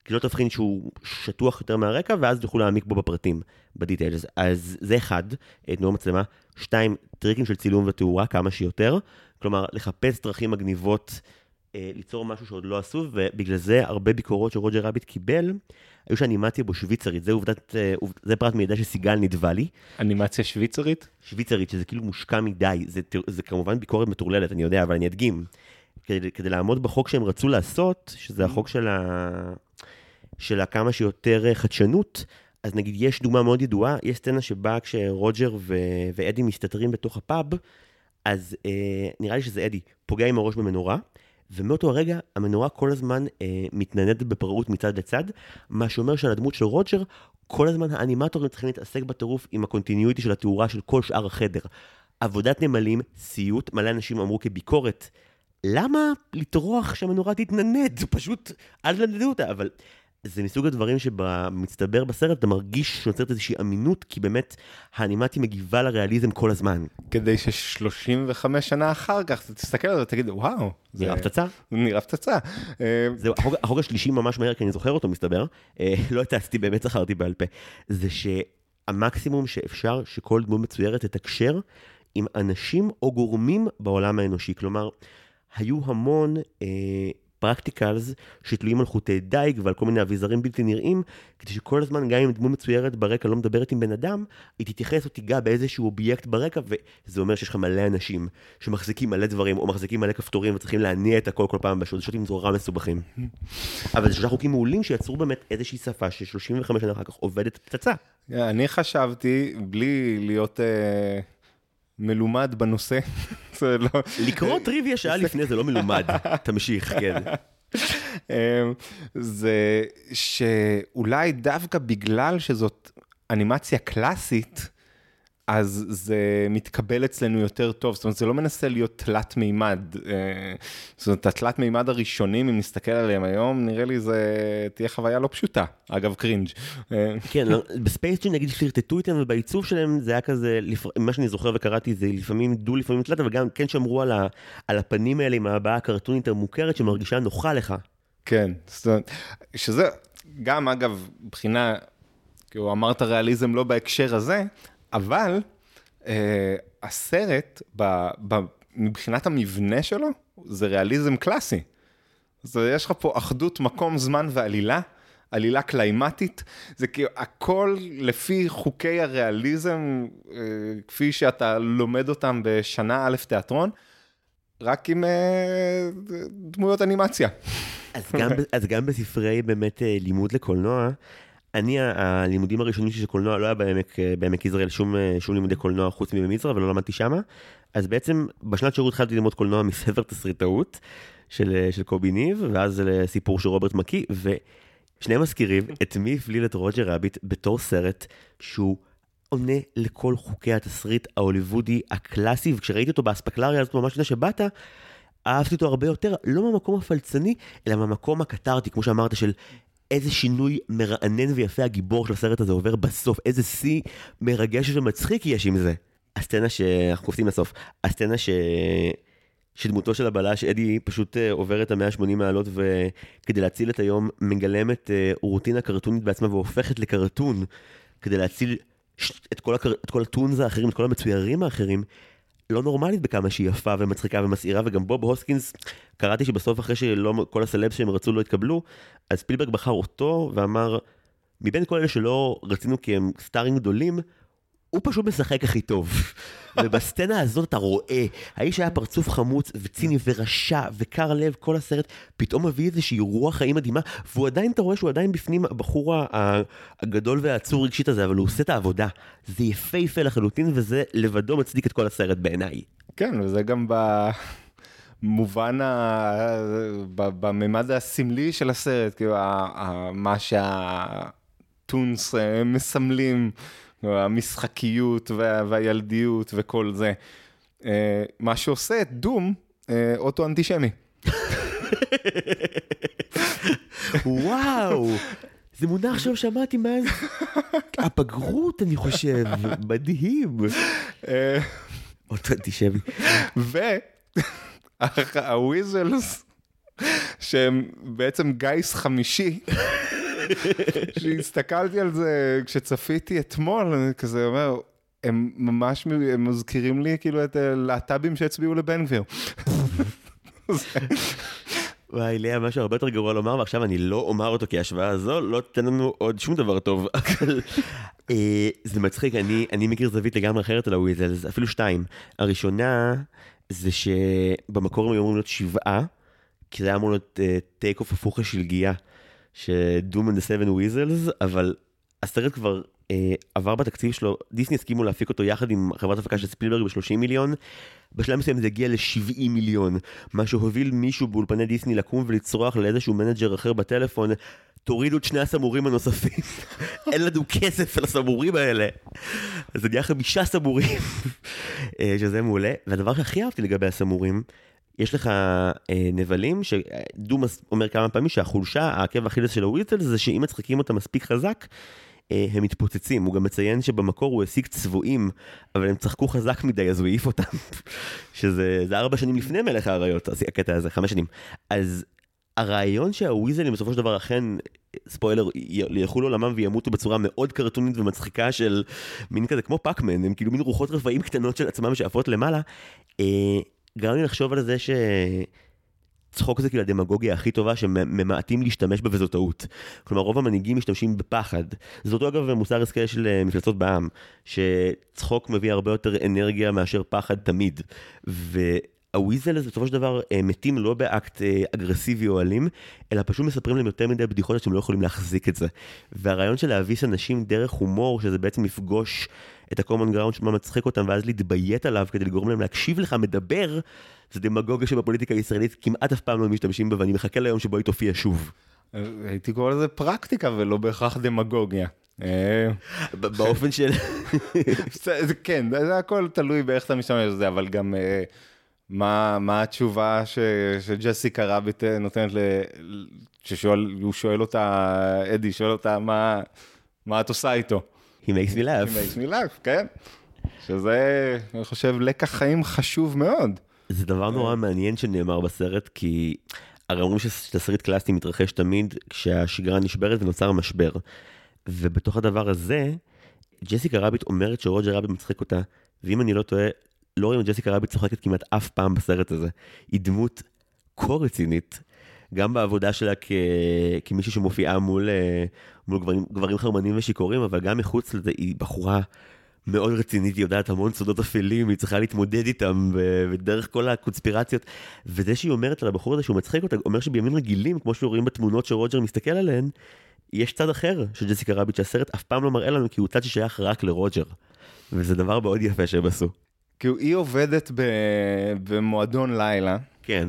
כי לא תבחין שהוא שטוח יותר מהרקע, ואז תוכלו להעמיק בו בפרטים, בדיטיילס. אז זה אחד, תנועה מצלמה. 2, טריקים של צילום ותאורה כמה שיותר. כלומר, לחפש דרכים מגניבות, ליצור משהו שעוד לא עשו, ובגלל זה הרבה ביקורות שרוג'ר רביט קיבל, היו שהאנימציה בו שוויצרית. זה פרט מידע שסיגל נדבה לי. אנימציה שוויצרית? שוויצרית, שזה כאילו מושקע מדי. זה כמובן ביקורת מטורללת, אני יודע, אבל אני אדגים. כדי לעמוד בחוק שהם רצו לעשות, שזה החוק של כמה שיותר חדשנות, אז נגיד, יש דוגמה מאוד ידועה, יש סצנה שבה כשרוג'ר ואדי מסתתרים בתוך הפאב, אז נראה לי שזה אדי, פוגע עם הראש במנורה, ומאותו הרגע המנורה כל הזמן מתנדנדת בפראות מצד לצד, מה שאומר שעל הדמות של רוג'ר, כל הזמן האנימטורים צריכים להתעסק בטירוף עם הקונטיניוטי של התאורה של כל שאר החדר. עבודת נמלים, סיוט, מלא אנשים אמרו כביקורת, למה לטרוח שהמנורה תתננד? פשוט אל תנדדו אותה, אבל זה מסוג הדברים שבמצטבר בסרט, אתה מרגיש שנוצרת איזושהי אמינות, כי באמת האנימציה מגיבה לריאליזם כל הזמן. כדי ש35 שנה אחר כך, אתה תסתכל על זה ותגיד, וואו. נראה פצצה. נראה פצצה. זהו, החוק השלישי ממש מהר, כי אני זוכר אותו מסתבר, לא התעסתי, באמת זכרתי בעל פה, זה שהמקסימום שאפשר שכל דמות מצוירת תתקשר עם אנשים או גורמים בעולם האנושי. כלומר, היו המון פרקטיקלס שתלויים על חוטי דייג ועל כל מיני אביזרים בלתי נראים, כדי שכל הזמן גם אם דמות מצוירת ברקע לא מדברת עם בן אדם, היא תתייחס או תיגע באיזשהו אובייקט ברקע, וזה אומר שיש לך מלא אנשים שמחזיקים מלא דברים, או מחזיקים מלא כפתורים, וצריכים להניע את הכל כל פעם בשוטים נורא מסובכים. אבל זה 3 חוקים מעולים שיצרו באמת איזושהי שפה ש35 שנה אחר כך עובדת פצצה. אני חשבתי, בלי להיות מלומד בנושא, לקרוא טריוויה שעה לפני זה לא מלומד, תמשיך, כן. זה שאולי דווקא בגלל שזאת אנימציה קלאסית, אז זה מתקבל אצלנו יותר טוב, זאת אומרת, זה לא מנסה להיות תלת מימד, זאת אומרת, התלת מימד הראשונים, אם נסתכל עליהם היום, נראה לי זה תהיה חוויה לא פשוטה, אגב קרינג'. כן, בספייסג'ין נגיד פלירטטו איתם, ובעיצוב שלהם זה היה כזה, מה שאני זוכר וקראתי, זה לפעמים דו, לפעמים תלת, אבל גם כן שמרו על הפנים האלה עם הבעה הקרטונית המוכרת, שמרגישה נוחה לך. כן, זאת אומרת, שזה גם אגב, מבחינה, כאילו אמרת ריאליזם לא בהקשר הזה, אבל הסרט, מבחינת המבנה שלו, זה ריאליזם קלאסי. אז יש לך פה אחדות מקום, זמן ועלילה, עלילה קליימטית, זה כאילו הכל לפי חוקי הריאליזם, כפי שאתה לומד אותם בשנה א' תיאטרון, רק עם דמויות אנימציה. אז גם בספרי באמת לימוד לקולנוע, הלימודים הראשונים של קולנוע לא היה בעמק יזרעאל שום לימודי קולנוע חוץ מבמזרע, ולא למדתי שמה. אז בעצם בשנת שירות התחלתי ללמוד קולנוע מספר תסריטאות של קובי ניב, ואז לסיפור של רוברט מקי, ושניהם מזכירים את מי הפליל את רוג'ר רביט בתור סרט שהוא עונה לכל חוקי התסריט ההוליוודי הקלאסי, וכשראיתי אותו באספקלריה הזאת ממש לפני שבאת, אהבתי אותו הרבה יותר, לא מהמקום הפלצני, אלא מהמקום הקטרתי, כמו שאמרת, של איזה שינוי מרענן ויפה הגיבור של הסרט הזה עובר בסוף, איזה שיא מרגש ומצחיק יש עם זה. הסצנה שאנחנו קופצים לסוף, הסצנה שדמותו של הבלש, אדי פשוט עובר את 180 מעלות, וכדי להציל את היום מגלמת רוטינה קרטונית בעצמה, והופכת לקרטון, כדי להציל את כל הטונס האחרים, את כל המצוירים האחרים, לא נורמלית בכמה שהיא יפה ומצחיקה ומסעירה, וגם בוב הוסקינס, קראתי שבסוף אחרי שלא כל הסלבס שהם רצו לא התקבלו, אז פילברג בחר אותו ואמר, מבין כל אלה שלא רצינו כי הם סטארים גדולים, הוא פשוט משחק הכי טוב. ובסצנה הזאת אתה רואה, האיש היה פרצוף חמוץ וציני ורשע וקר לב, כל הסרט פתאום מביא איזושהי רוח חיים מדהימה, והוא עדיין, אתה רואה שהוא עדיין בפנים הבחור הגדול והעצור רגשית הזה, אבל הוא עושה את העבודה. זה יפה לחלוטין, וזה לבדו מצדיק את כל הסרט בעיניי. כן, וזה גם במובן, בממד הסמלי של הסרט, כאילו, מה שהטונס מסמלים, המשחקיות והילדיות וכל זה. מה שעושה את דום, אוטו-אנטישמי. וואו, זה מונח שם שמעתי מאז הבגרות, אני חושב, מדהים. אוטו-אנטישמי. והוויזלס, שהם בעצם גייס חמישי, כשהסתכלתי על זה, כשצפיתי אתמול, אני כזה אומר, הם ממש, הם מזכירים לי כאילו את להט"בים שהצביעו לבן גביר. וואי, לי היה משהו הרבה יותר גרוע לומר, ועכשיו אני לא אומר אותו, כי ההשוואה הזו לא תתן לנו עוד שום דבר טוב. זה מצחיק, אני מכיר זווית לגמרי אחרת על הוויזלס, אפילו 2. הראשונה, זה שבמקור הם היו אמורים להיות 7, כי זה היה אמור להיות טייק אוף הפוך השלגיה, שדום and the 7 Weasels, אבל הסרט כבר עבר בתקציב שלו, דיסני הסכימו להפיק אותו יחד עם חברת הפקה של ספילברג ב-30 מיליון, בשלב מסוים זה הגיע ל-70 מיליון, מה שהוביל מישהו באולפני דיסני לקום ולצרוח לאיזשהו מנג'ר אחר בטלפון, תורידו את 2 הסמורים הנוספים, אין לנו כסף על הסמורים האלה. אז זה נהיה 5 סמורים, שזה מעולה. והדבר שהכי אהבתי לגבי הסמורים, יש לך נבלים, שדומאס אומר כמה פעמים שהחולשה, העקב האכילס של הוויזלס, זה שאם מצחיקים אותם מספיק חזק, הם מתפוצצים. הוא גם מציין שבמקור הוא השיג צבועים, אבל הם צחקו חזק מדי, אז הוא העיף אותם. שזה 4 שנים לפני מלך האריות, אז הקטע הזה, 5 שנים. אז הרעיון שהוויזלים בסופו של דבר אכן, ספוילר, ילכו לעולמם וימותו בצורה מאוד קרטונית ומצחיקה של מין כזה כמו פאקמן, הם כאילו מין רוחות רפאים קטנות של עצמם שעפות למעלה. גרם לי לחשוב על זה צחוק זה כאילו הדמגוגיה הכי טובה שממעטים להשתמש בה וזו טעות. כלומר, רוב המנהיגים משתמשים בפחד. זאת אותו אגב מוסר השכל של מפלצות בעם, שצחוק מביא הרבה יותר אנרגיה מאשר פחד תמיד. והוויזלס בסופו של דבר מתים לא באקט אגרסיבי או אלים, אלא פשוט מספרים להם יותר מדי בדיחות שהם לא יכולים להחזיק את זה. והרעיון של להביס אנשים דרך הומור, שזה בעצם לפגוש את ה-common ground שמה מצחיק אותם, ואז להתביית עליו כדי לגרום להם להקשיב לך מדבר, זה דמגוגיה שבפוליטיקה הישראלית כמעט אף פעם לא משתמשים בה, ואני מחכה ליום שבו היא תופיע שוב. הייתי קורא לזה פרקטיקה ולא בהכרח דמגוגיה. באופן של... כן, זה הכל תלוי באיך אתה משתמש בזה, אבל גם מה התשובה שג'סיקה רביט נותנת שהוא שואל אותה, אדי שואל אותה, מה את עושה איתו? He makes me laugh. He makes me laugh, כן. שזה, אני חושב, לקח חיים חשוב מאוד. זה דבר נורא מעניין שנאמר בסרט, כי הרי אומרים שסרט קלאסי מתרחש תמיד כשהשגרה נשברת ונוצר משבר. ובתוך הדבר הזה, ג'סיקה רביט אומרת שרוג'ר רביט מצחיק אותה, ואם אני לא טועה, לא רואים את ג'סיקה רביט צוחקת כמעט אף פעם בסרט הזה. היא דמות כה רצינית, גם בעבודה שלה כמישהו שמופיעה מול גברים חרמנים ושיכורים, אבל גם מחוץ לזה היא בחורה מאוד רצינית, היא יודעת המון סודות אפלים, היא צריכה להתמודד איתם, ודרך כל הקונספירציות, וזה שהיא אומרת על הבחור הזה שהוא מצחיק אותה, אומר שבימים רגילים, כמו שרואים בתמונות שרוג'ר מסתכל עליהן, יש צד אחר של ג'סיקה רביט, שהסרט אף פעם לא מראה לנו, כי הוא צד ששייך רק לרוג'ר, וזה דבר מאוד יפה שהם עשו. כי היא עובדת במועדון לילה, כן.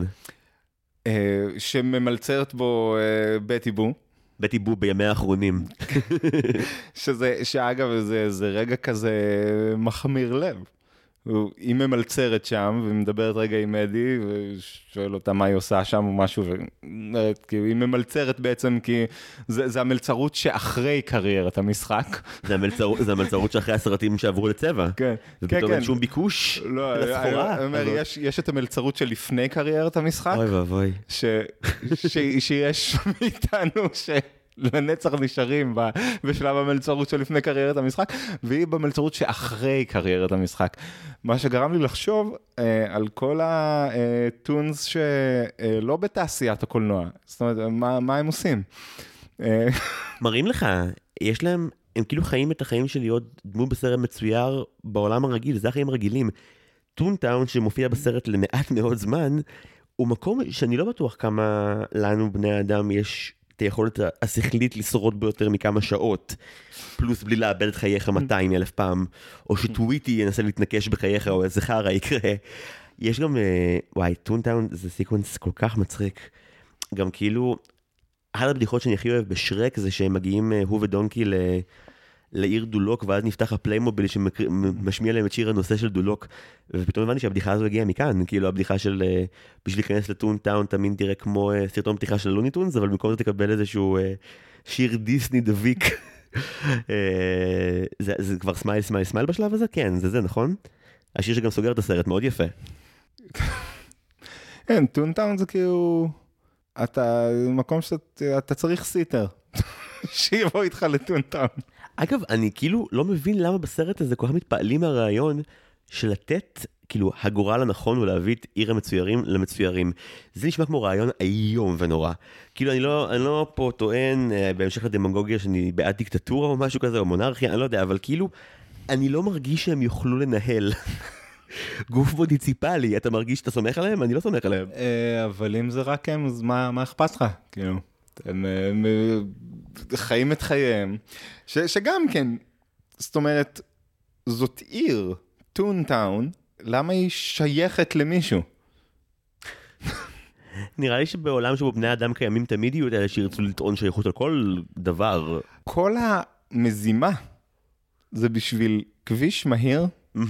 שממלצרת בו בטי בו. בטי בו בימי האחרונים. שאגב, זה רגע כזה מחמיר לב. היא ממלצרת שם, ומדברת רגע עם אדי, ושואל אותה מה היא עושה שם או משהו, כאילו היא ממלצרת בעצם, כי זה המלצרות שאחרי קריירת המשחק. זה המלצרות שאחרי הסרטים שעברו לצבע. כן. ופתאום אין שום ביקוש לסחורה. יש את המלצרות שלפני קריירת המשחק. אוי ואבוי. שיש מאיתנו לנצח נשארים בשלב המלצרות שלפני קריירת המשחק, והיא במלצרות שאחרי קריירת המשחק. מה שגרם לי לחשוב על כל הטונס שלא בתעשיית הקולנוע. זאת אומרת, מה הם עושים? מראים לך, יש להם, הם כאילו חיים את החיים של להיות דמות בסרט מצויר בעולם הרגיל, זה החיים הרגילים. טונטאון שמופיע בסרט למעט מאוד זמן, הוא מקום שאני לא בטוח כמה לנו בני האדם יש את היכולת השכלית לשרוד ביותר מכמה שעות, פלוס בלי לאבד את חייך 200,000 פעם, או שטוויטי ינסה להתנקש בחייך, או איזה חרא יקרה. יש גם, וואי, טונטאון זה סיקוונס כל כך מצחיק. גם כאילו, אחת הבדיחות שאני הכי אוהב בשרק, זה שהם מגיעים, הוא ודונקי לעיר דולוק, ואז נפתח הפליימוביל שמשמיע להם את שיר הנושא של דולוק, ופתאום הבנתי שהבדיחה הזו הגיעה מכאן, כאילו הבדיחה של, בשביל להיכנס לטונטאון, תמיד תראה כמו סרטון פתיחה של לוניטונס, אבל במקום זה תקבל איזשהו שיר דיסני דביק. זה כבר סמייל, סמייל, סמייל בשלב הזה? כן, זה נכון? השיר שגם סוגר את הסרט, מאוד יפה. כן, טונטאון זה כאילו, אתה, מקום שאתה צריך סיטר. שיבוא איתך לטונטאון. אגב, אני כאילו לא מבין למה בסרט הזה כל כך מתפעלים מהרעיון של לתת כאילו הגורל הנכון ולהביא את עיר המצוירים למצוירים. זה נשמע כמו רעיון איום ונורא. כאילו אני לא פה טוען בהמשך לדמגוגיה שאני בעד דיקטטורה או משהו כזה, או מונרכיה, אני לא יודע, אבל כאילו אני לא מרגיש שהם יוכלו לנהל גוף מוניציפלי. אתה מרגיש שאתה סומך עליהם? אני לא סומך עליהם. אבל אם זה רק הם, אז מה אכפת לך? כאילו, הם חיים את חייהם. שגם כן, זאת אומרת, זאת עיר, טונטאון, למה היא שייכת למישהו? נראה לי שבעולם שבו בני אדם קיימים תמיד יהיו אלה שירצו לטעון שייכות על כל דבר. כל המזימה זה בשביל כביש מהיר.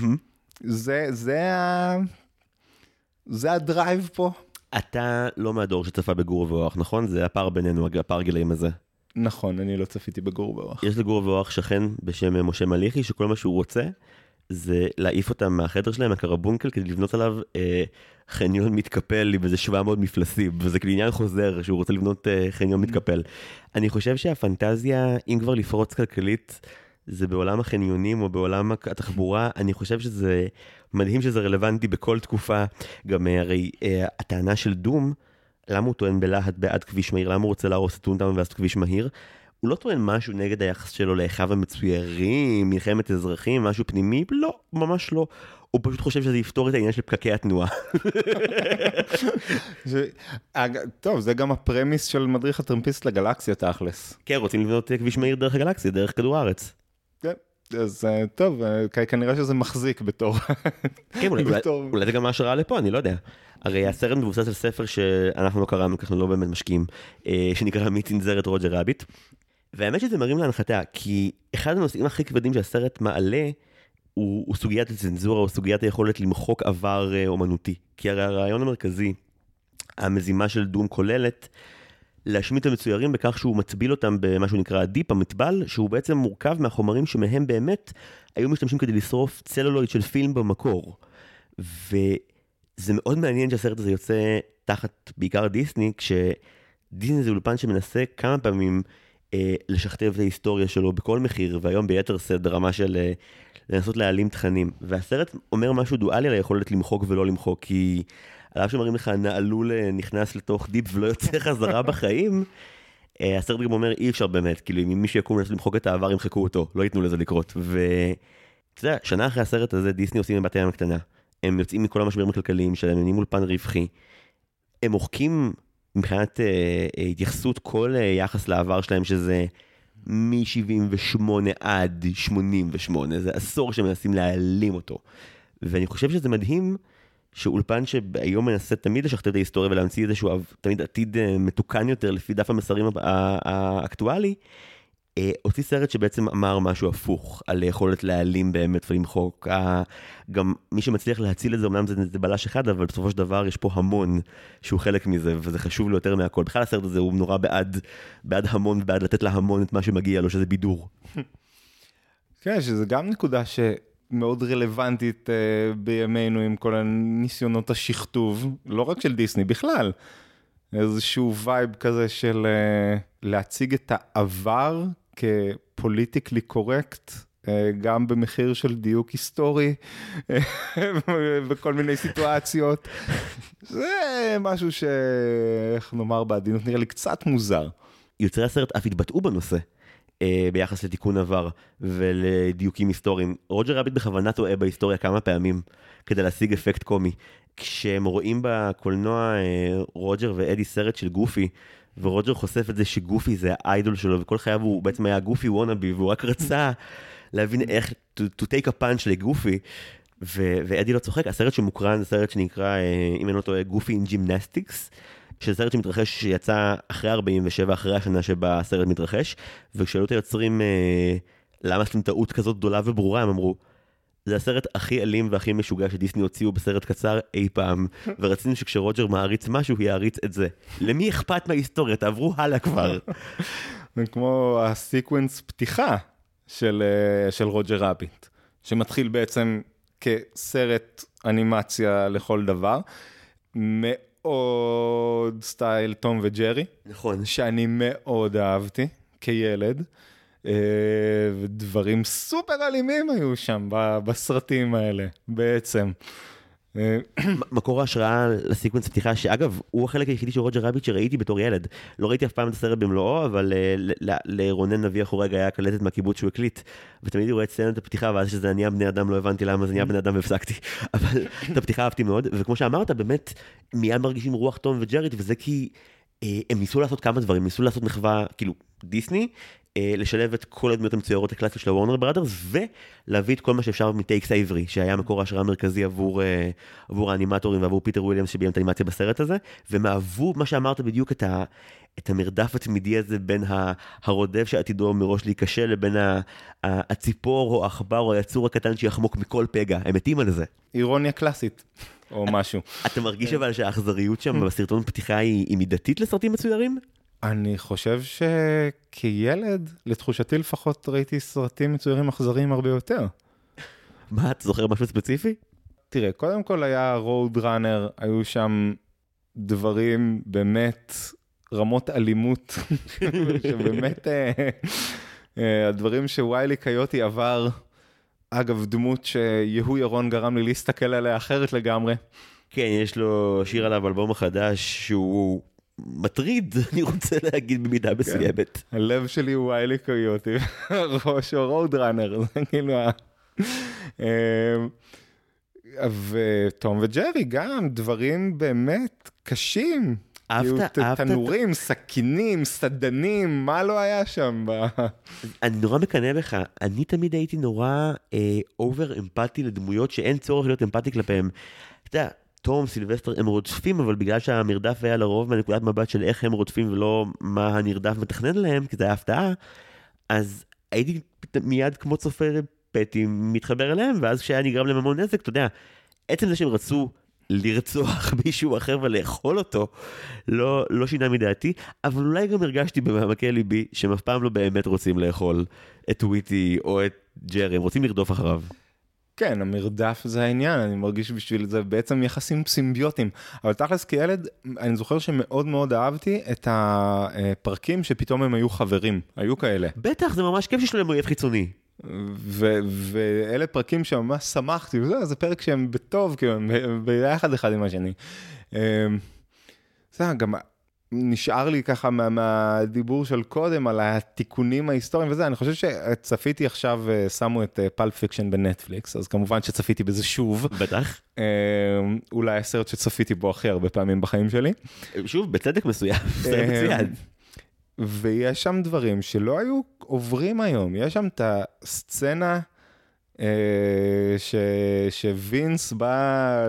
זה הדרייב פה. אתה לא מהדור שצפה בגור ואוח, נכון? זה הפער בינינו, הפער גילאים הזה. נכון, אני לא צפיתי בגור ואוח. יש לגור ואוח שכן בשם משה מליחי, שכל מה שהוא רוצה זה להעיף אותם מהחדר שלהם, מהקרבונקל, כדי לבנות עליו חניון מתקפל עם איזה 700 מפלסים, וזה כאילו עניין חוזר שהוא רוצה לבנות חניון מתקפל. אני חושב שהפנטזיה, אם כבר לפרוץ כלכלית, זה בעולם החניונים או בעולם התחבורה, אני חושב שזה מדהים שזה רלוונטי בכל תקופה. גם הרי הטענה של דום, למה הוא טוען בלהט בעד כביש מהיר, למה הוא רוצה להרוס את טונטאון ואז כביש מהיר? הוא לא טוען משהו נגד היחס שלו לאחיו המצוירים, מלחמת אזרחים, משהו פנימי, לא, ממש לא. הוא פשוט חושב שזה יפתור את העניין של פקקי התנועה. טוב, זה גם הפרמיס של מדריך הטרמפיסט לגלקסיה תכלס. כן, רוצים לבנות כביש מהיר דרך הגלקסיה, דרך כדור הארץ. כן, אז טוב, כנראה שזה מחזיק בתור. כן, אולי זה גם ההשראה לפה, אני לא יודע. הרי הסרט מבוסס על ספר שאנחנו לא קראנו, כי אנחנו לא באמת משקיעים, שנקרא מי צנזר את רוג'ר רביט. והאמת שזה מרים להנחתה, כי אחד הנושאים הכי כבדים שהסרט מעלה, הוא סוגיית הצנזורה, או סוגיית היכולת למחוק עבר אומנותי. כי הרי הרעיון המרכזי, המזימה של דום כוללת, להשמיט את המצוירים בכך שהוא מטביל אותם במה שהוא נקרא הדיפ, המטבל, שהוא בעצם מורכב מהחומרים שמהם באמת היו משתמשים כדי לשרוף צלולויד של פילם במקור. וזה מאוד מעניין שהסרט הזה יוצא תחת בעיקר דיסני, כשדיסני זה אולפן שמנסה כמה פעמים לשכתב את ההיסטוריה שלו בכל מחיר, והיום ביתר שאת ברמה של לנסות להעלים תכנים. והסרט אומר משהו דואלי על היכולת למחוק ולא למחוק, כי עליו שמראים לך נעלול נכנס לתוך דיפ ולא יוצא חזרה בחיים, הסרט גם אומר אי אפשר באמת, כאילו אם מישהו יקום לנסות למחוק את העבר ימחקו אותו, לא ייתנו לזה לקרות. ואתה יודע, שנה אחרי הסרט הזה דיסני עושים עם בת הים הקטנה, הם יוצאים מכל המשברים הכלכליים שלהם, הם נהיים אולפן רווחי, הם מוחקים מבחינת התייחסות כל יחס לעבר שלהם, שזה מ-78 עד 88, זה עשור שמנסים להעלים אותו. ואני חושב שזה מדהים שאולפן שהיום מנסה תמיד לשכתב את ההיסטוריה ולהמציא איזשהו תמיד עתיד מתוקן יותר לפי דף המסרים האקטואלי, הוציא סרט שבעצם אמר משהו הפוך על יכולת להעלים באמת ולמחוק. גם מי שמצליח להציל את זה, אמנם זה בלש אחד, אבל בסופו של דבר יש פה המון שהוא חלק מזה, וזה חשוב לו יותר מהכל. בכלל הסרט הזה הוא נורא בעד המון, בעד לתת להמון את מה שמגיע לו, שזה בידור. כן, שזה גם נקודה שמאוד רלוונטית בימינו עם כל הניסיונות השכתוב, לא רק של דיסני, בכלל. איזשהו וייב כזה של להציג את העבר כפוליטיקלי קורקט, גם במחיר של דיוק היסטורי, בכל מיני סיטואציות. זה משהו איך נאמר בעדינות, נראה לי קצת מוזר. יוצרי הסרט אף התבטאו בנושא, ביחס לתיקון עבר ולדיוקים היסטוריים. רוג'ר רביט בכוונה טועה בהיסטוריה כמה פעמים, כדי להשיג אפקט קומי. כשהם רואים בקולנוע רוג'ר ואדי סרט של גופי, ורוג'ר חושף את זה שגופי זה האיידול שלו, וכל חייו הוא בעצם היה גופי וונאבי, והוא רק רצה להבין איך to take a punch לגופי, ואדי לא צוחק. הסרט שמוקרן זה סרט שנקרא, אם אני לא טועה, גופי in gymnastics, שזה סרט שמתרחש, שיצא אחרי 47, אחרי השנה שבה הסרט מתרחש, וכשאלו את היוצרים למה עשיתם טעות כזאת גדולה וברורה, הם אמרו, זה הסרט הכי אלים והכי משוגע שדיסני הוציאו בסרט קצר אי פעם, ורצינו שכשרוג'ר מעריץ משהו, הוא יעריץ את זה. למי אכפת מההיסטוריה? תעברו הלאה כבר. זה כמו הסיקוונס פתיחה של רוג'ר רביט, שמתחיל בעצם כסרט אנימציה לכל דבר, מאוד סטייל תום וג'רי, נכון. שאני מאוד אהבתי, כילד, ודברים סופר אלימים היו שם בסרטים האלה, בעצם. מקור ההשראה לסיקוונס פתיחה, שאגב, הוא החלק היחידי של רוג'ר רביט שראיתי בתור ילד. לא ראיתי אף פעם את הסרט במלואו, אבל לרונן נביא החורג היה קלטת מהקיבוץ שהוא הקליט, ותמיד הוא רואה את סצנת הפתיחה, ואז שזה נהיה בני אדם, לא הבנתי למה זה נהיה בני אדם והפסקתי. אבל את הפתיחה אהבתי מאוד, וכמו שאמרת, באמת, מיד מרגישים רוח תום וג'רית, וזה כי הם ניסו לעשות כמה דברים, ניסו לעשות מחווה, כאילו, דיסני, לשלב את כל הדמויות המצוירות הקלאסיות של הוורנר בראדרס, ולהביא את כל מה שאפשר מטייקס אייברי, שהיה מקור ההשראה המרכזי עבור האנימטורים ועבור פיטר וויליאמס שביים את האנימציה בסרט הזה, והם אהבו מה שאמרת בדיוק את המרדף התמידי הזה בין הרודף שעתידו מראש להיכשל, לבין הציפור או העכבר או היצור הקטן שיחמוק מכל פגע, הם מתים על זה. אירוניה קלאסית, או משהו. אתה מרגיש אבל שהאכזריות שם בסרטון פתיחה היא מידתית לסרטים מצוירים? אני חושב שכילד, לתחושתי לפחות, ראיתי סרטים מצוירים אכזריים הרבה יותר. מה, אתה זוכר משהו ספציפי? תראה, קודם כל היה רוד ראנר, היו שם דברים באמת, רמות אלימות, שבאמת הדברים שוויילי קיוטי עבר, אגב, דמות שיהו ירון גרם לי להסתכל עליה אחרת לגמרי. כן, יש לו שיר עליו אלבום החדש שהוא מטריד, אני רוצה להגיד במידה מסוימת. הלב שלי הוא וויילי קיוטי, ראש או רוד ראנר, זה כאילו ותום וג'רי גם, דברים באמת קשים. תנורים, סכינים, סדנים, מה לא היה שם? אני נורא מקנא בך, אני תמיד הייתי נורא אובר אמפתי לדמויות שאין צורך להיות אמפתי כלפיהם. אתה יודע, תום, סילבסטר, הם רודפים, אבל בגלל שהמרדף היה לרוב מהנקודת מבט של איך הם רודפים ולא מה הנרדף מתכנן להם, כי זה היה הפתעה, אז הייתי מיד כמו צופה פטי מתחבר אליהם, ואז כשהיה נגרם להם המון נזק, אתה יודע, עצם זה שהם רצו לרצוח מישהו אחר ולאכול אותו, לא שינה מדעתי, אבל אולי גם הרגשתי במעמקי ליבי, שהם אף פעם לא באמת רוצים לאכול את וויטי או את ג'רי, הם רוצים לרדוף אחריו. כן, המרדף זה העניין, אני מרגיש בשביל זה בעצם יחסים סימביוטיים, אבל תכלס כילד, אני זוכר שמאוד מאוד אהבתי את הפרקים שפתאום הם היו חברים, היו כאלה. בטח, זה ממש כיף שיש להם אויב חיצוני. ואלה פרקים שממש שמחתי, זה פרק שהם בטוב, כאילו, ביחד אחד עם השני. זה גם נשאר לי ככה מהדיבור של קודם על התיקונים ההיסטוריים וזה, אני חושב שצפיתי עכשיו, שמו את פלפ פיקשן בנטפליקס, אז כמובן שצפיתי בזה שוב. בטח. אולי הסרט שצפיתי בו הכי הרבה פעמים בחיים שלי. שוב, בצדק מסוים, סרט מצוין. ויש שם דברים שלא היו עוברים היום, יש שם את הסצנה שווינס בא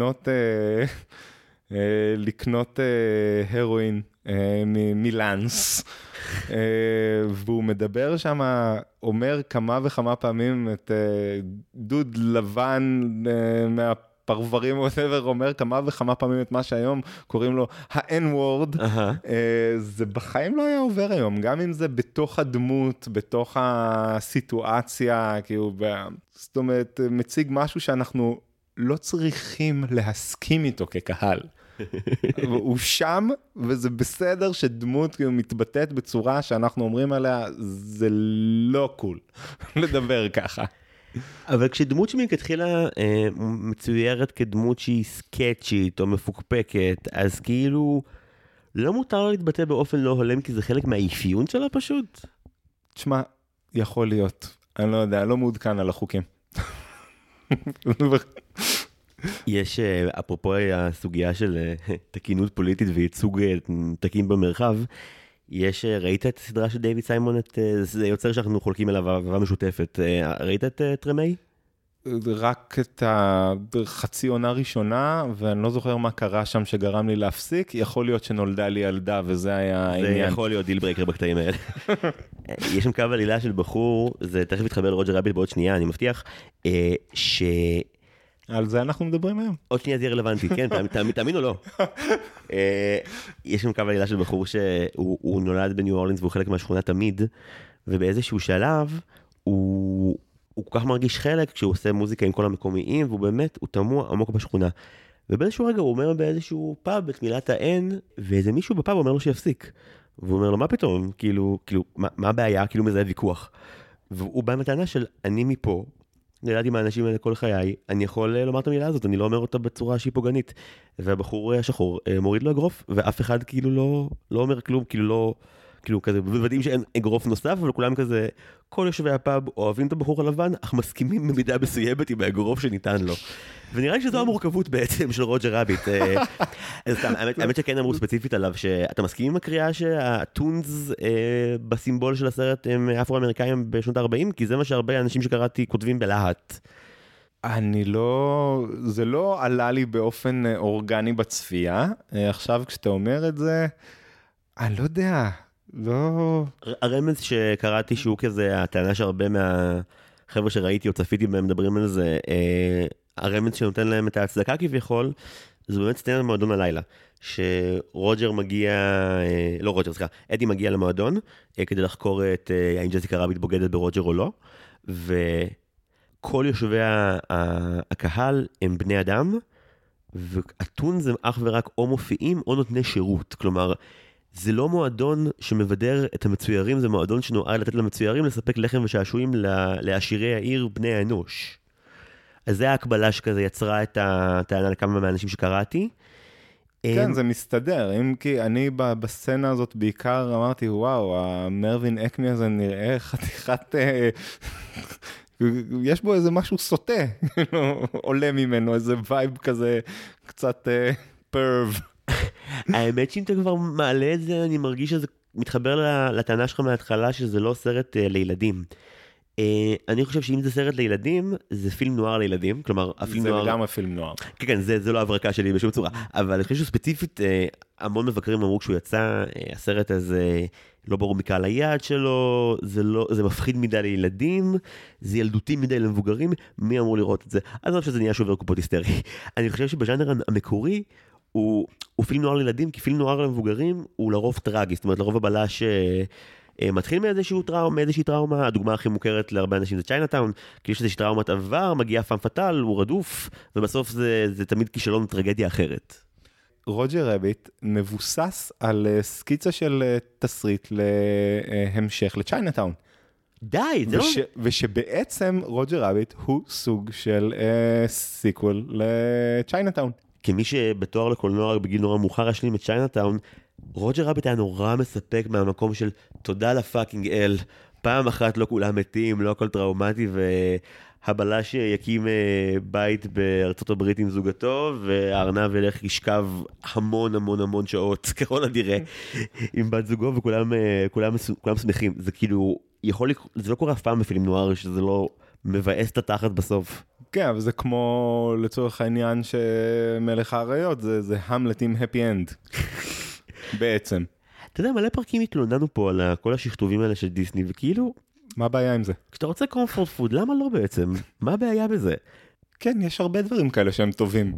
לקנות הרואין מלנס, והוא מדבר שם, אומר כמה וכמה פעמים את דוד לבן מהפרברים אומר כמה וכמה פעמים את מה שהיום קוראים לו ה-N-word, זה בחיים לא היה עובר היום, גם אם זה בתוך הדמות, בתוך הסיטואציה, כאילו, זאת אומרת, מציג משהו שאנחנו לא צריכים להסכים איתו כקהל. הוא שם, וזה בסדר שדמות כאילו מתבטאת בצורה שאנחנו אומרים עליה, זה לא קול לדבר ככה. אבל כשדמות שמלכתחילה מצוירת כדמות שהיא סקצ'ית או מפוקפקת, אז כאילו לא מותר לה להתבטא באופן לא הולם, כי זה חלק מהאפיון שלה פשוט? תשמע, יכול להיות. אני לא יודע, לא מעודכן על החוקים. יש, אפרופו הסוגיה של תקינות פוליטית וייצוג תקין במרחב, ראית את הסדרה של דיוויד סיימון, זה יוצר שאנחנו חולקים אליו אהבה משותפת, ראית את טרמי? רק את החצי עונה ראשונה, ואני לא זוכר מה קרה שם שגרם לי להפסיק, יכול להיות שנולדה לי ילדה, וזה היה העניין. זה יכול להיות דיל ברייקר בקטעים האלה. יש שם קו עלילה של בחור, זה תכף יתחבר לרוג'ר רביט בעוד שנייה, אני מבטיח, על זה אנחנו מדברים היום. עוד שנייה זה יהיה רלוונטי, כן, תאמין או לא. יש שם קו עלילה של בחור שהוא נולד בניו אורלינס והוא חלק מהשכונה תמיד, ובאיזשהו שלב הוא כל כך מרגיש חלק כשהוא עושה מוזיקה עם כל המקומיים, והוא באמת, הוא תמוע עמוק בשכונה. ובאיזשהו רגע הוא אומר באיזשהו פאב את מילת ה-N, ואיזה מישהו בפאב אומר לו שיפסיק. והוא אומר לו, מה פתאום? כאילו, מה הבעיה? כאילו מזה ויכוח. והוא בא עם הטענה של, אני מפה, גדלתי מהאנשים האלה כל חיי, אני יכול לומר את המילה הזאת, אני לא אומר אותה בצורה שהיא פוגענית. והבחור השחור מוריד לו אגרוף, ואף אחד כאילו לא אומר כלום, כאילו לא, כאילו כזה, ודאים שאין אגרוף נוסף, אבל כולם כזה, כל יושבי הפאב אוהבים את הבחור הלבן, אך מסכימים במידה מסוימת עם האגרוף שניתן לו. ונראה לי שזו המורכבות בעצם של רוג'ר רביט. האמת שכן אמרו ספציפית עליו, שאתה מסכים עם הקריאה שהטונס בסימבול של הסרט הם אפרו-אמריקאים בשנות ה-40? כי זה מה שהרבה אנשים שקראתי כותבים בלהט. זה לא עלה לי באופן אורגני בצפייה. עכשיו כשאתה אומר את זה, אני לא יודע, לא... הרמז שקראתי שהוא כזה, הטענה שהרבה מהחבר'ה שראיתי או צפיתי בהם מדברים על זה, הרמז שנותן להם את ההצדקה כביכול, זה באמת סצנה במועדון הלילה, שרוג'ר מגיע, לא רוג'ר, סליחה, אדי מגיע למועדון, כדי לחקור את האם ג'סיקה רביט בוגדת ברוג'ר או לא, וכל יושבי הקהל הם בני אדם, והטון זה אך ורק או מופיעים או נותני שירות, כלומר, זה לא מועדון שמבדר את המצוירים, זה מועדון שנועד לתת למצוירים לספק לחם ושעשועים לעשירי העיר בני האנוש. אז זה ההקבלה שכזה יצרה את הטענה לכמה מהאנשים שקראתי. כן, זה מסתדר. אם כי אני בסצנה הזאת בעיקר אמרתי, וואו, המרווין אקמי הזה נראה חתיכת... יש בו איזה משהו סוטה, עולה ממנו, איזה וייב כזה, קצת פרב. האמת שאם אתה כבר מעלה את זה, אני מרגיש שזה מתחבר לטענה שלך מההתחלה, שזה לא סרט לילדים. אני חושב שאם זה סרט לילדים, זה פילם נוער לילדים, כלומר, הפילם נוער... זה גם הפילם נוער. כן, כן, זה לא הברקה שלי בשום צורה, אבל אני חושב שספציפית, המון מבקרים אמרו כשהוא יצא, הסרט הזה לא ברור מקהל היעד שלו, זה מפחיד מדי לילדים, זה ילדותי מדי למבוגרים, מי אמור לראות את זה? אז אני חושב שזה נהיה שובר קופות היסטרי. אני חושב שבז'אנר המקורי, הוא פילם נוער לילדים, כי פילם נוער למבוגרים הוא לרוב טרגי, זאת אומרת לרוב הבלש מתחיל מאיזושהי טראומה, הדוגמה הכי מוכרת להרבה אנשים זה צ'יינאטאון, כי יש איזושהי טראומת עבר, מגיע פאם פטל, הוא רדוף, ובסוף זה תמיד כישלון טרגדיה אחרת. רוג'ר רביט מבוסס על סקיצה של תסריט להמשך לצ'יינאטאון. די, זה לא... ושבעצם רוג'ר רביט הוא סוג של סיקוול לצ'יינאטאון. כמי שבתואר לקולנוע בגיל נורא מאוחר השלים את צ'יינאטאון, רוג'ר רביט היה נורא מספק מהמקום של תודה לפאקינג אל, פעם אחת לא כולם מתים, לא הכל טראומטי, והבלש יקים בית בארצות הברית עם זוגתו, והארנב ילך ישכב המון המון המון שעות, ככל הנראה, עם בת זוגו, וכולם שמחים. זה כאילו, זה לא קורה אף פעם בפילם נוער, שזה לא מבאס את התחת בסוף. כן, אבל זה כמו לצורך העניין שמלך האריות, זה המלט עם הפי אנד. בעצם. אתה יודע, מלא פרקים התלוננו פה על כל השכתובים האלה של דיסני, וכאילו... מה הבעיה עם זה? כשאתה רוצה קומפורט פוד, למה לא בעצם? מה הבעיה בזה? כן, יש הרבה דברים כאלה שהם טובים.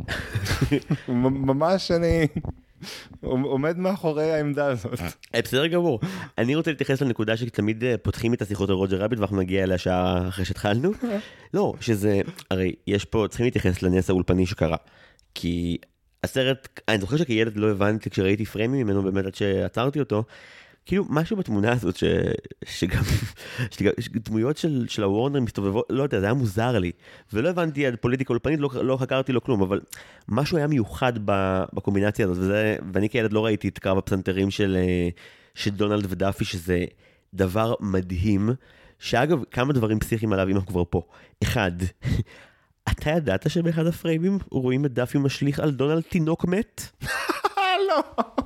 ממש אני עומד מאחורי העמדה הזאת. בסדר גמור. אני רוצה להתייחס לנקודה שתמיד פותחים את השיחות על רוג'ר רביט, ואנחנו נגיע אליה שעה אחרי שהתחלנו. לא, שזה... הרי יש פה, צריכים להתייחס לנס האולפני שקרה. כי... הסרט, אני זוכר שכילד לא הבנתי כשראיתי פריימים ממנו באמת עד שעצרתי אותו, כאילו משהו בתמונה הזאת שגם דמויות של הוורנר מסתובבות, לא יודע, זה היה מוזר לי, ולא הבנתי עד פוליטיקה אולפנית, לא חקרתי לו כלום, אבל משהו היה מיוחד בקומבינציה הזאת, ואני כילד לא ראיתי את קרב הפסנתרים של דונלד ודאפי, שזה דבר מדהים, שאגב, כמה דברים פסיכיים עליו אם אנחנו כבר פה. אחד, אתה ידעת שבאחד הפריימים רואים את דאפי משליך על דונלד תינוק מת? לא.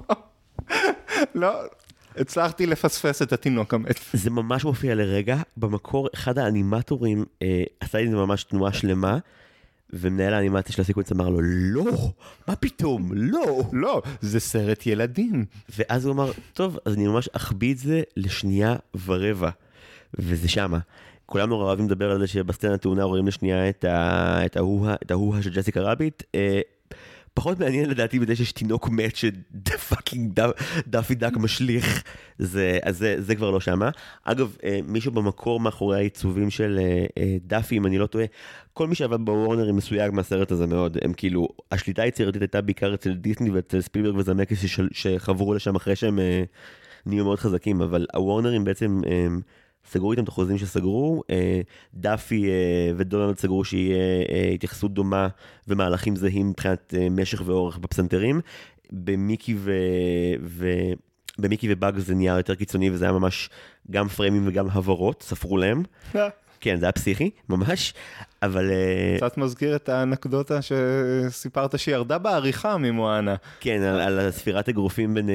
לא. הצלחתי לפספס את התינוק המת. זה ממש מופיע לרגע. במקור, אחד האנימטורים עשה לי ממש תנועה שלמה, ומנהל האנימציה של הסיקוונס אמר לו, לא, מה פתאום? לא. לא, זה סרט ילדים. ואז הוא אמר, טוב, אז אני ממש אכביד את זה לשנייה ורבע. וזה שמה. כולם נורא אוהבים לדבר על זה שבסצנה תאונה רואים לשנייה את ההוה של ג'סיקה רביט. פחות מעניין לדעתי בדי שיש תינוק מת שפאקינג דאפי דאק משליך. אז זה כבר לא שמה. אגב, מישהו במקור מאחורי העיצובים של דאפי, אם אני לא טועה, כל מי שעבד בוורנר הם מסויג מהסרט הזה מאוד. הם כאילו, השליטה היצירתית הייתה בעיקר אצל דיסני ואצל ספילברג וזמקס שחברו לשם אחרי שהם נהיו מאוד חזקים, אבל הוורנרים בעצם סגרו איתם את החוזים שסגרו, דאפי ודונלד סגרו שיהיה התייחסות דומה ומהלכים זהים מבחינת משך ואורך בפסנתרים, במיקי ובאג זה נהיה יותר קיצוני, וזה היה ממש גם פריימים וגם הברות, ספרו להם. כן, זה היה פסיכי, ממש, אבל... קצת מזכיר את האנקדוטה שסיפרת שירדה בעריכה ממואנה. כן, על ספירת אגרופים בין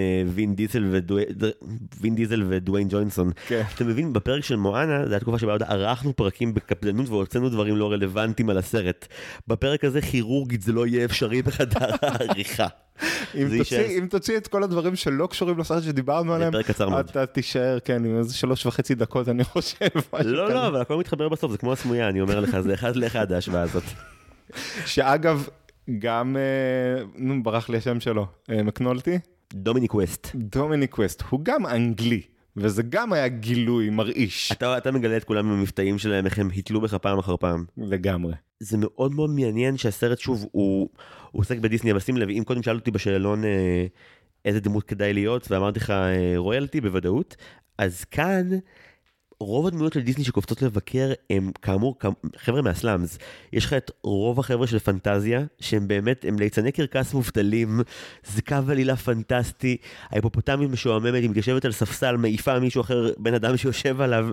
וין דיזל ודוויין ג'ונסון. אתה מבין, בפרק של מואנה, זו התקופה שבה עוד ערכנו פרקים בקפדנות והוצאנו דברים לא רלוונטיים על הסרט. בפרק הזה כירורגית זה לא יהיה אפשרי בחדר העריכה. אם תוציא את כל הדברים שלא קשורים לסרט שדיברנו עליהם, אתה תישאר, כן, עם איזה 3.5 דקות, אני חושב. לא, אבל הכל מתחבר בסוף, זה כמו הסמויה, אני אומר לך, זה אחד לאחד ההשוואה הזאת. שאגב, גם, ברח לי השם שלו, מקנולטי? דומיניק ווסט. דומיניק ווסט, הוא גם אנגלי, וזה גם היה גילוי מרעיש. אתה מגלה את כולם במבטאים שלהם, איך הם היתלו בך פעם אחר פעם. לגמרי. זה מאוד מאוד מעניין שהסרט שוב, הוא עוסק בדיסני, אבל שים לב, אם קודם שאל אותי בשאלון איזה דמות כדאי להיות, ואמרתי לך רויאלטי בוודאות, אז כאן רוב הדמויות של דיסני שקופצות לבקר הם כאמור חבר'ה מהסלאמס. יש לך את רוב החבר'ה של פנטזיה, שהם באמת, הם ליצני קרקס מובטלים, זה קו עלילה פנטסטי, ההיפופוטמית משועממת, היא מתיישבת על ספסל, מעיפה מישהו אחר, בן אדם שיושב עליו.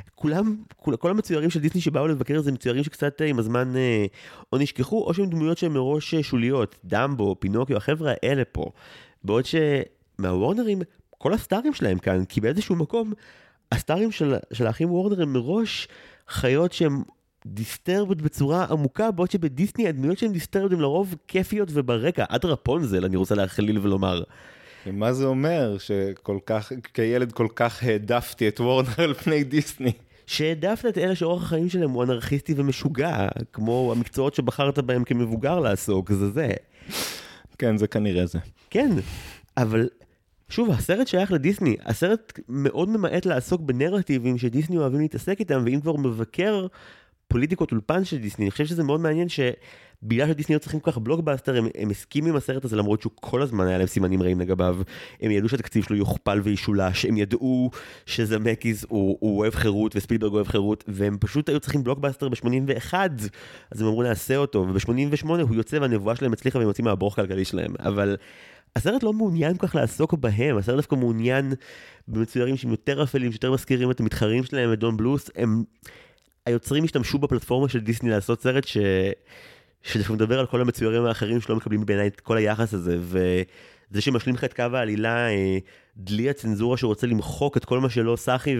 כל המצוירים של דיסני שבאו לבקר זה מצוירים שקצת עם הזמן או נשכחו, או שהם דמויות שהן מראש שוליות, דמבו, פינוקיו, החבר'ה האלה פה. בעוד שמהוורנרים, כל הסטארים שלהם כאן, כי באיזשהו מקום, הסטארים של האחים וורנר הם מראש חיות שהם דיסטרבט בצורה עמוקה, בעוד שבדיסני הדמויות שהן דיסטרבט הן לרוב כיפיות וברקע, עד רפונזל אני רוצה להכליל ולומר. מה זה אומר כילד כל כך העדפתי את וורנר על פני דיסני? שהעדפת את אלה שאורח החיים שלהם הוא אנרכיסטי ומשוגע, כמו המקצועות שבחרת בהם כמבוגר לעסוק, זה. כן, זה כנראה זה. כן, אבל... שוב, הסרט שייך לדיסני, הסרט מאוד ממעט לעסוק בנרטיבים שדיסני אוהבים להתעסק איתם, ואם כבר מבקר פוליטיקות אולפן של דיסני, אני חושב שזה מאוד מעניין שבגלל שדיסני לא צריכים כל כך בלוקבאסטר, הם הסכימים עם הסרט הזה, למרות שהוא כל הזמן היה להם סימנים רעים לגביו, הם ידעו שהתקציב שלו יוכפל וישולש, הם ידעו שזמקיס הוא אוהב חירות וספילברג אוהב חירות, והם פשוט היו צריכים בלוקבאסטר ב-81, אז הם אמרו נעשה אותו, וב-88 הוא יוצא והנבואה שלהם הצליחה והם יוצאים מהברוך כלכלי שלהם, אבל הסרט לא מעוניין כל כך לעסוק בהם, הסרט דווקא מעוניין במצוירים שהם יותר אפלים, שיותר מזכירים את המתחרים שלהם, את דון בלוס, היוצרים השתמשו בפלטפורמה של דיסני לעשות סרט שהוא מדבר על כל המצוירים האחרים שלא מקבלים בעיניי את כל היחס הזה, וזה שמשלים לך את קו העלילה, דלי הצנזורה שרוצה למחוק את כל מה שלא סחי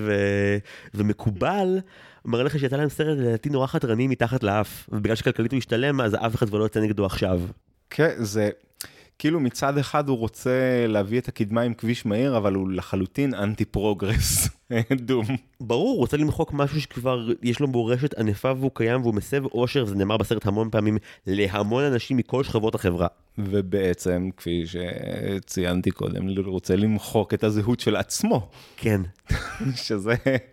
ומקובל, מראה לך שיצא להם סרט לדעתי נורא חתרני מתחת לאף, ובגלל שכלכלית הוא השתלם, אז אף אחד כבר לא יוצא נגדו עכשיו. כן, זה... כאילו מצד אחד הוא רוצה להביא את הקדמה עם כביש מהיר, אבל הוא לחלוטין אנטי פרוגרס, דום. ברור, הוא רוצה למחוק משהו שכבר יש לו בו רשת ענפה והוא קיים והוא מסב אושר, וזה נאמר בסרט המון פעמים להמון אנשים מכל שכבות החברה. ובעצם, כפי שציינתי קודם, הוא רוצה למחוק את הזהות של עצמו. כן. שזה...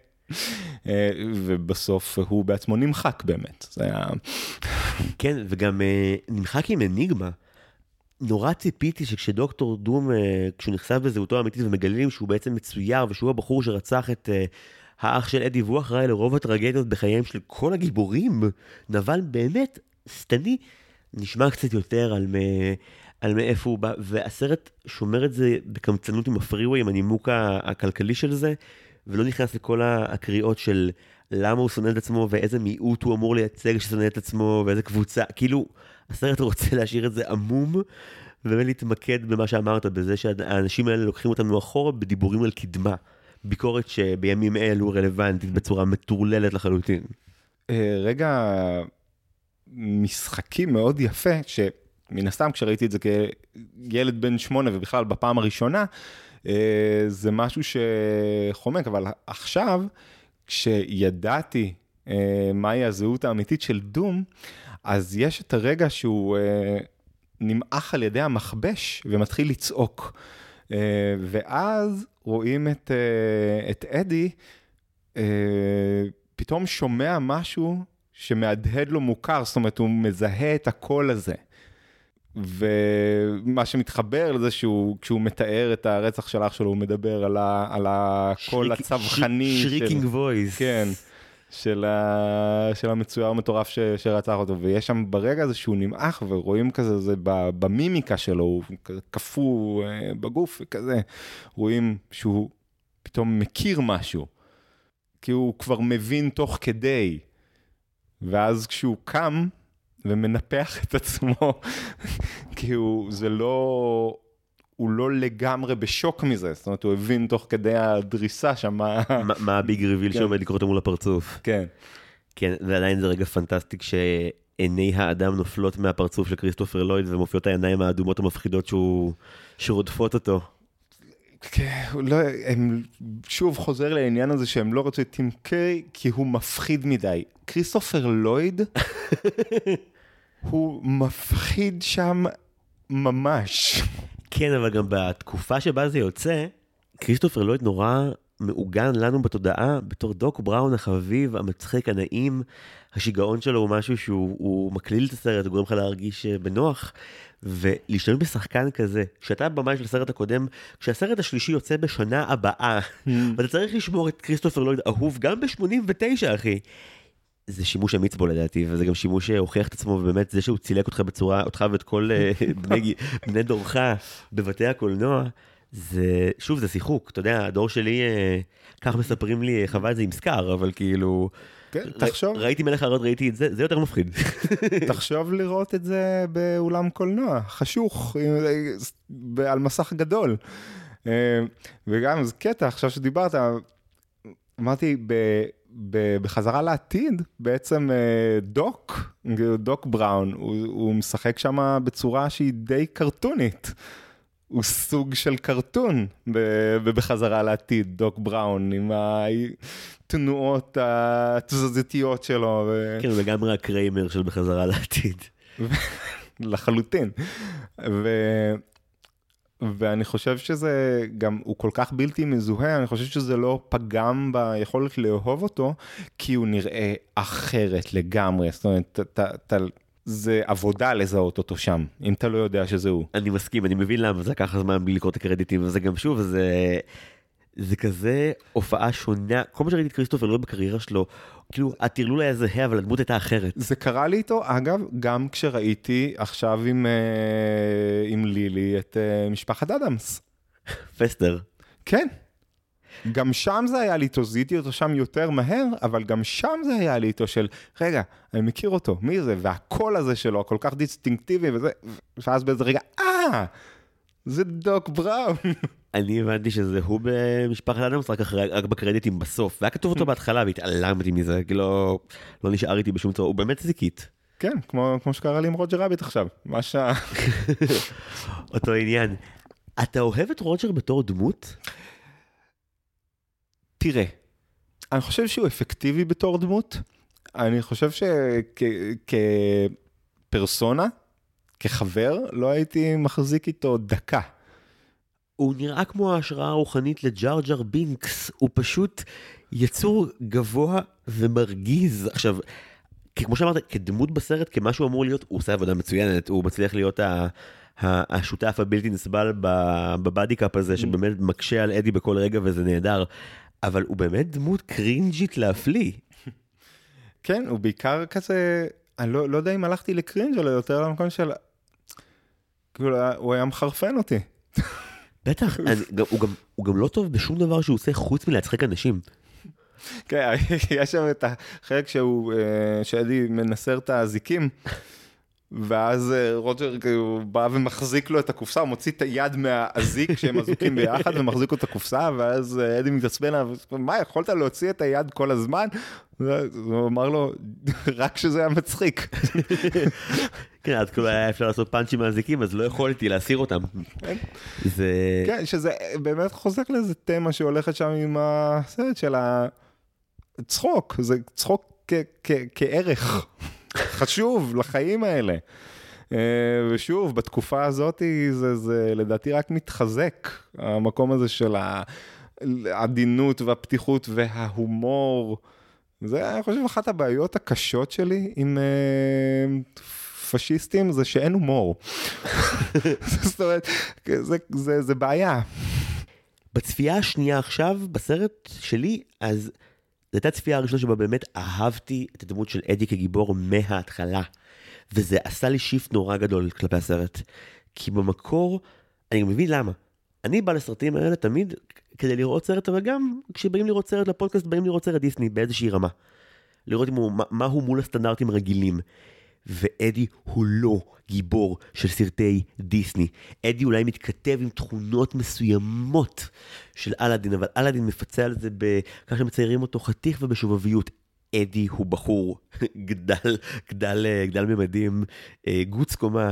ובסוף הוא בעצמו נמחק באמת. זה היה... כן, וגם נמחק עם אניגמה. נורא ציפיתי שכשדוקטור דום, כשהוא נחשף בזהותו האמיתית ומגלים שהוא בעצם מצויר ושהוא הבחור שרצח את האח של אדי והוא אחראי לרוב הטרגדיות בחייהם של כל הגיבורים, נבל באמת סתני, נשמע קצת יותר על מאיפה הוא בא, והסרט שומר את זה בקמצנות עם הפריווי, עם הנימוק הכלכלי של זה, ולא נכנס לכל הקריאות של למה הוא שונא את עצמו ואיזה מיעוט הוא אמור לייצג ששונא את עצמו ואיזה קבוצה, כאילו הסרט רוצה להשאיר את זה עמום, ובאמת להתמקד במה שאמרת, בזה שהאנשים האלה לוקחים אותנו אחורה בדיבורים על קדמה, ביקורת שבימים אלו רלוונטית בצורה מטורללת לחלוטין. רגע משחקי מאוד יפה, שמן הסתם כשראיתי את זה כילד בן 8 ובכלל בפעם הראשונה, זה משהו שחומק, אבל עכשיו כשידעתי מהי הזהות האמיתית של דום, אז יש את הרגע שהוא נמעך על ידי המכבש ומתחיל לצעוק. ואז רואים את אדי, פתאום שומע משהו שמהדהד לו מוכר, זאת אומרת הוא מזהה את הקול הזה. ומה שמתחבר לזה כשהוא מתאר את הרצח של אח שלו, הוא מדבר על הקול הצווחני. שריקינג וויס. כן. של המצויר המטורף שרצח אותו, ויש שם ברגע הזה שהוא נמעך, ורואים כזה, זה במימיקה שלו, הוא קפוא בגוף וכזה, רואים שהוא פתאום מכיר משהו, כי הוא כבר מבין תוך כדי, ואז כשהוא קם ומנפח את עצמו, כי הוא לא לגמרי בשוק מזה, זאת אומרת, הוא הבין תוך כדי הדריסה שם מה הביג ריביל שעומד לקרוא אותו מול הפרצוף. כן. כן, ועדיין זה רגע פנטסטי כשעיני האדם נופלות מהפרצוף של כריסטופר לויד, ומופיעות העיניים האדומות המפחידות שרודפות אותו. הם שוב חוזר לעניין הזה שהם לא רוצים טים קרי, כי הוא מפחיד מדי. כריסטופר לויד, הוא מפחיד שם ממש. כן, אבל גם בתקופה שבה זה יוצא, כריסטופר לויד נורא מעוגן לנו בתודעה, בתור דוק בראון החביב, המצחיק, הנעים, השיגעון שלו הוא משהו שהוא מקליל את הסרט, הוא גורם לך להרגיש בנוח, ולהשתמש בשחקן כזה, שאתה במאי של הסרט הקודם, כשהסרט השלישי יוצא בשנה הבאה, ואתה צריך לשמור את כריסטופר לויד אהוב גם ב-89, אחי. זה שימוש אמיץ בו לדעתי, וזה גם שימוש שהוכיח את עצמו, ובאמת זה שהוא צילק אותך בצורה, אותך ואת כל בני דורך בבתי הקולנוע, זה, שוב, זה שיחוק, אתה יודע, הדור שלי, כך מספרים לי, חווה את זה עם סקאר, אבל כאילו, ראיתי מלך האריות, ראיתי את זה, זה יותר מפחיד. תחשוב לראות את זה באולם קולנוע, חשוך, על מסך גדול. וגם זה קטע, עכשיו שדיברת, אמרתי, בחזרה לעתיד, בעצם דוק בראון, הוא משחק שם בצורה שהיא די קרטונית. הוא סוג של קרטון בחזרה לעתיד, דוק בראון, עם התנועות התזזיתיות שלו. כן, וגם רק קריימר של בחזרה לעתיד. לחלוטין. ואני חושב שזה גם, הוא כל כך בלתי מזוהה, אני חושב שזה לא פגם ביכולת לאהוב אותו, כי הוא נראה אחרת לגמרי, זאת אומרת, זה עבודה לזהות אותו שם, אם אתה לא יודע שזה הוא. אני מסכים, אני מבין למה, זה לקח זמן בלי לקרוא את הקרדיטים, וזה גם שוב, זה כזה הופעה שונה, כל מה שראיתי את כריסטופר לויד בקריירה שלו, כאילו, הטרלול היה זהה, אבל הדמות הייתה אחרת. זה קרה לי איתו, אגב, גם כשראיתי עכשיו עם לילי את משפחת אדמס. פסטר. כן. גם שם זה היה לי איתו, זיהיתי אותו שם יותר מהר, אבל גם שם זה היה לי איתו של, רגע, אני מכיר אותו, מי זה? והקול הזה שלו, כל כך דיסטינקטיבי, ואז באיזה רגע, זה דוק בראון. אני הבנתי שזה הוא במשפחת אדמס, רק בקרדיטים בסוף, והיה כתוב אותו בהתחלה, והתעלמתי מזה, כי לא נשאר איתי בשום צורה, הוא באמת זיקית. כן, כמו שקרה לי עם רוג'ר רביט עכשיו, אותו עניין. אתה אוהב את רוג'ר בתור דמות? תראה, אני חושב שהוא אפקטיבי בתור דמות, אני חושב שכפרסונה, כחבר, לא הייתי מחזיק איתו דקה. הוא נראה כמו ההשראה הרוחנית לג'אר ג'אר בינקס, הוא פשוט יצור גבוה ומרגיז. עכשיו, כמו שאמרת, כדמות בסרט, כמה שהוא אמור להיות, הוא עושה עבודה מצוינת, הוא מצליח להיות השותף הבלתי נסבל בבאדיקאפ הזה, שבאמת מקשה על אדי בכל רגע וזה נהדר, אבל הוא באמת דמות קרינג'ית להפליא. כן, הוא בעיקר כזה, אני לא יודע אם הלכתי לקרינג' או יותר למקום של, הוא היה מחרפן אותי. בטח, הוא גם לא טוב בשום דבר שהוא עושה חוץ מלהצחק אנשים. כן, יש שם את החלק שאדי מנסר את הזיקים, ואז רוג'ר בא ומחזיק לו את הקופסה, הוא מוציא את היד מהזיק שהם אזוקים ביחד ומחזיק לו את הקופסה, ואז אדי מתעצבן עליו, מה, יכולת להוציא את היד כל הזמן? הוא אמר לו, רק שזה היה מצחיק. כן, עד כלל היה אפשר לעשות פאנצ'ים מהזיקים, אז לא יכולתי להסיר אותם. כן, שזה באמת חוזר לאיזה תמה שהולכת שם עם הסרט של הצחוק, זה צחוק כערך. חשוב לחיים האלה. ושוב, בתקופה הזאת זה לדעתי רק מתחזק, המקום הזה של העדינות והפתיחות וההומור. זה, אני חושב, אחת הבעיות הקשות שלי עם פשיסטים זה שאין הומור. זאת אומרת, זה בעיה. בצפייה השנייה עכשיו, בסרט שלי, אז זו הייתה צפייה הראשונה שבה באמת אהבתי את הדמות של אדי כגיבור מההתחלה. וזה עשה לי שיפט נורא גדול כלפי הסרט. כי במקור, אני מבין למה. אני בא לסרטים האלה תמיד כדי לראות סרט, אבל גם כשבאים לראות סרט לפודקאסט, באים לראות סרט דיסני באיזושהי רמה. לראות מה הוא מול הסטנדרטים רגילים. ואדי הוא לא גיבור של סרטי דיסני. אדי אולי מתכתב עם תכונות מסוימות של אלאדין, אבל אלאדין מפצה על זה בכך שמציירים אותו חתיך ובשובביות. אדי הוא בחור גדל ממדים, גוץ קומה,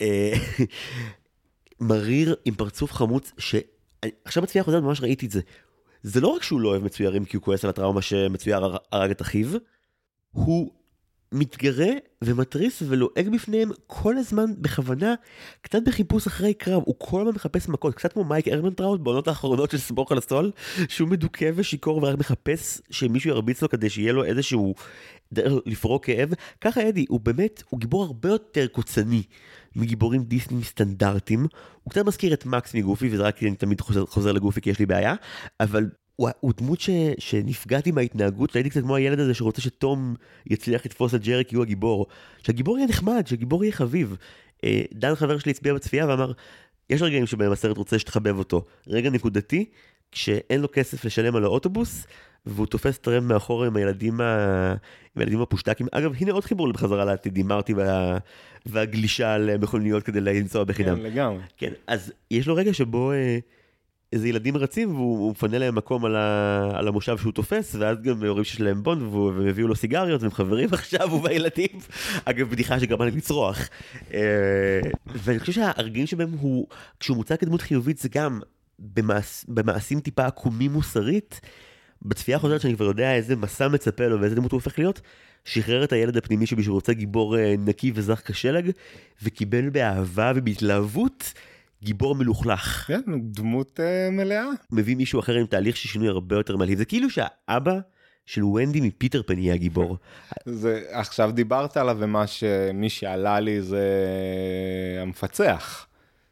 מריר עם פרצוף חמוץ, עכשיו בצפייה חוזרת ממש ראיתי את זה. זה לא רק שהוא לא אוהב מצוירים כי הוא כועס על הטראומה שמצויר הרג את אחיו, הוא מתגרה ומטריס ולועג בפניהם כל הזמן בכוונה, קצת בחיפוש אחרי קרב, הוא כל הזמן מחפש מכות, קצת כמו מייק ארמנטראוט בעונות האחרונות של סמוך על הסול, שהוא מדוכא ושיקור ורק מחפש שמישהו ירביץ לו כדי שיהיה לו איזשהו דרך לפרוק כאב. ככה אדי, הוא באמת, הוא גיבור הרבה יותר קוצני מגיבורים דיסני סטנדרטים, הוא קצת מזכיר את מקס מגופי, וזה רק אני תמיד חוזר לגופי כי יש לי בעיה, אבל הוא דמות שנפגעתי מההתנהגות, שהייתי קצת כמו הילד הזה שרוצה שתום יצליח לתפוס את ג'רי כי הוא הגיבור, שהגיבור יהיה נחמד, שהגיבור יהיה חביב. דן חבר שלי הצביע בצפייה ואמר, יש רגעים שבהם הסרט רוצה שתחבב אותו, רגע נקודתי, כשאין לו כסף לשלם על האוטובוס, והוא תופס טרמפ מאחור עם הילדים הפושטקים. אגב, הנה עוד חיבור בחזרה לעתיד, עם מרטי והגלישה על מכוניות כדי לנסוע בחינם. כן, לגמרי. כן, אז יש לו רגע שבו איזה ילדים רצים, והוא מפנה להם מקום על המושב שהוא תופס, ואז גם הורים שיש להם בונד, והם הביאו לו סיגריות, והם חברים עכשיו, ובילדים. אגב, בדיחה שגרמה לי לצרוח. ואני חושב שהארגעים שבהם כשהוא מוצא כדמות חיובית, זה גם במעשים טיפה עקומים מוסרית, בצפייה חוזרת שאני כבר יודע איזה מסע מצפה לו, ואיזה דמות הוא הופך להיות, שחרר את הילד הפנימי שבשביל רוצה גיבור נקי וזך כשלג, וקיבל באהבה ובהתלהבות, גיבור מלוכלך. כן, דמות מלאה. מביא מישהו אחר עם תהליך ששינוי הרבה יותר מלהיב. זה כאילו שהאבא של ונדי מפיטר פן יהיה הגיבור. עכשיו דיברת עליו, ומה שמי שעלה לי זה המפצח.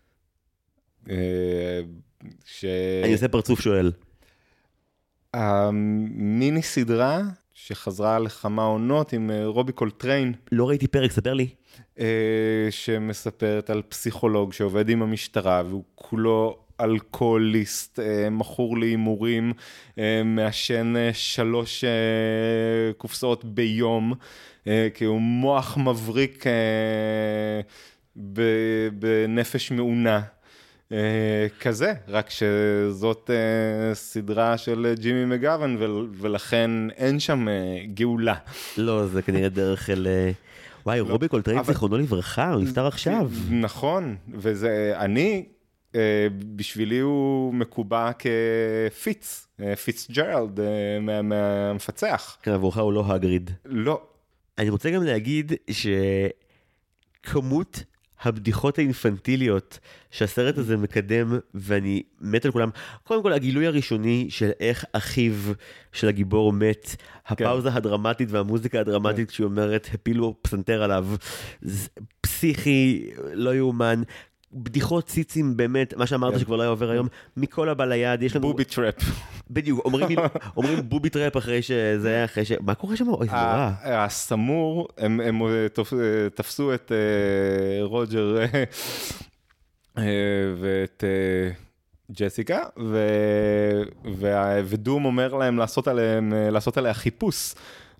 אני עושה פרצוף שואל. המיני סדרה שחזרה לכמה עונות עם רובי קולטריין. לא ראיתי פרק, ספר לי. שמספרת על פסיכולוג שעובד עם המשטרה, והוא כולו אלכוהוליסט, מכור להימורים, מעשן 3 קופסאות ביום, כי הוא מוח מבריק בנפש מעונה. כזה, רק שזאת סדרה של ג'ימי מגוון, ולכן אין שם גאולה. לא, זה כנראה דרך אל... וואי, רובי קולטריין זיכרונו לברכה, הוא נפטר עכשיו. נכון, וזה, בשבילי הוא מקובע פיץ ג'רלד מהמפצח. כן, עבורך הוא לא הגריד. לא. אני רוצה גם להגיד שכמות הבדיחות האינפנטיליות שהסרט הזה מקדם, ואני מת על כולם, קודם כל הגילוי הראשוני של איך אחיו של הגיבור מת, הפאוזה הדרמטית והמוזיקה הדרמטית כשהיא אומרת, הפילו פסנתר עליו, פסיכי, לא יאומן, בדיחות ציצים באמת, מה שאמרת שכבר לא עובר היום, מכל הבא ליד, יש לנו... בובי טראפ. בדיוק, אומרים בובי טראפ אחרי שזה היה אחרי מה קורה שם? אוי, זה נורא. הסמור, הם תפסו את רוג'ר ואת ג'סיקה, ודום אומר להם לעשות עליה חיפוש.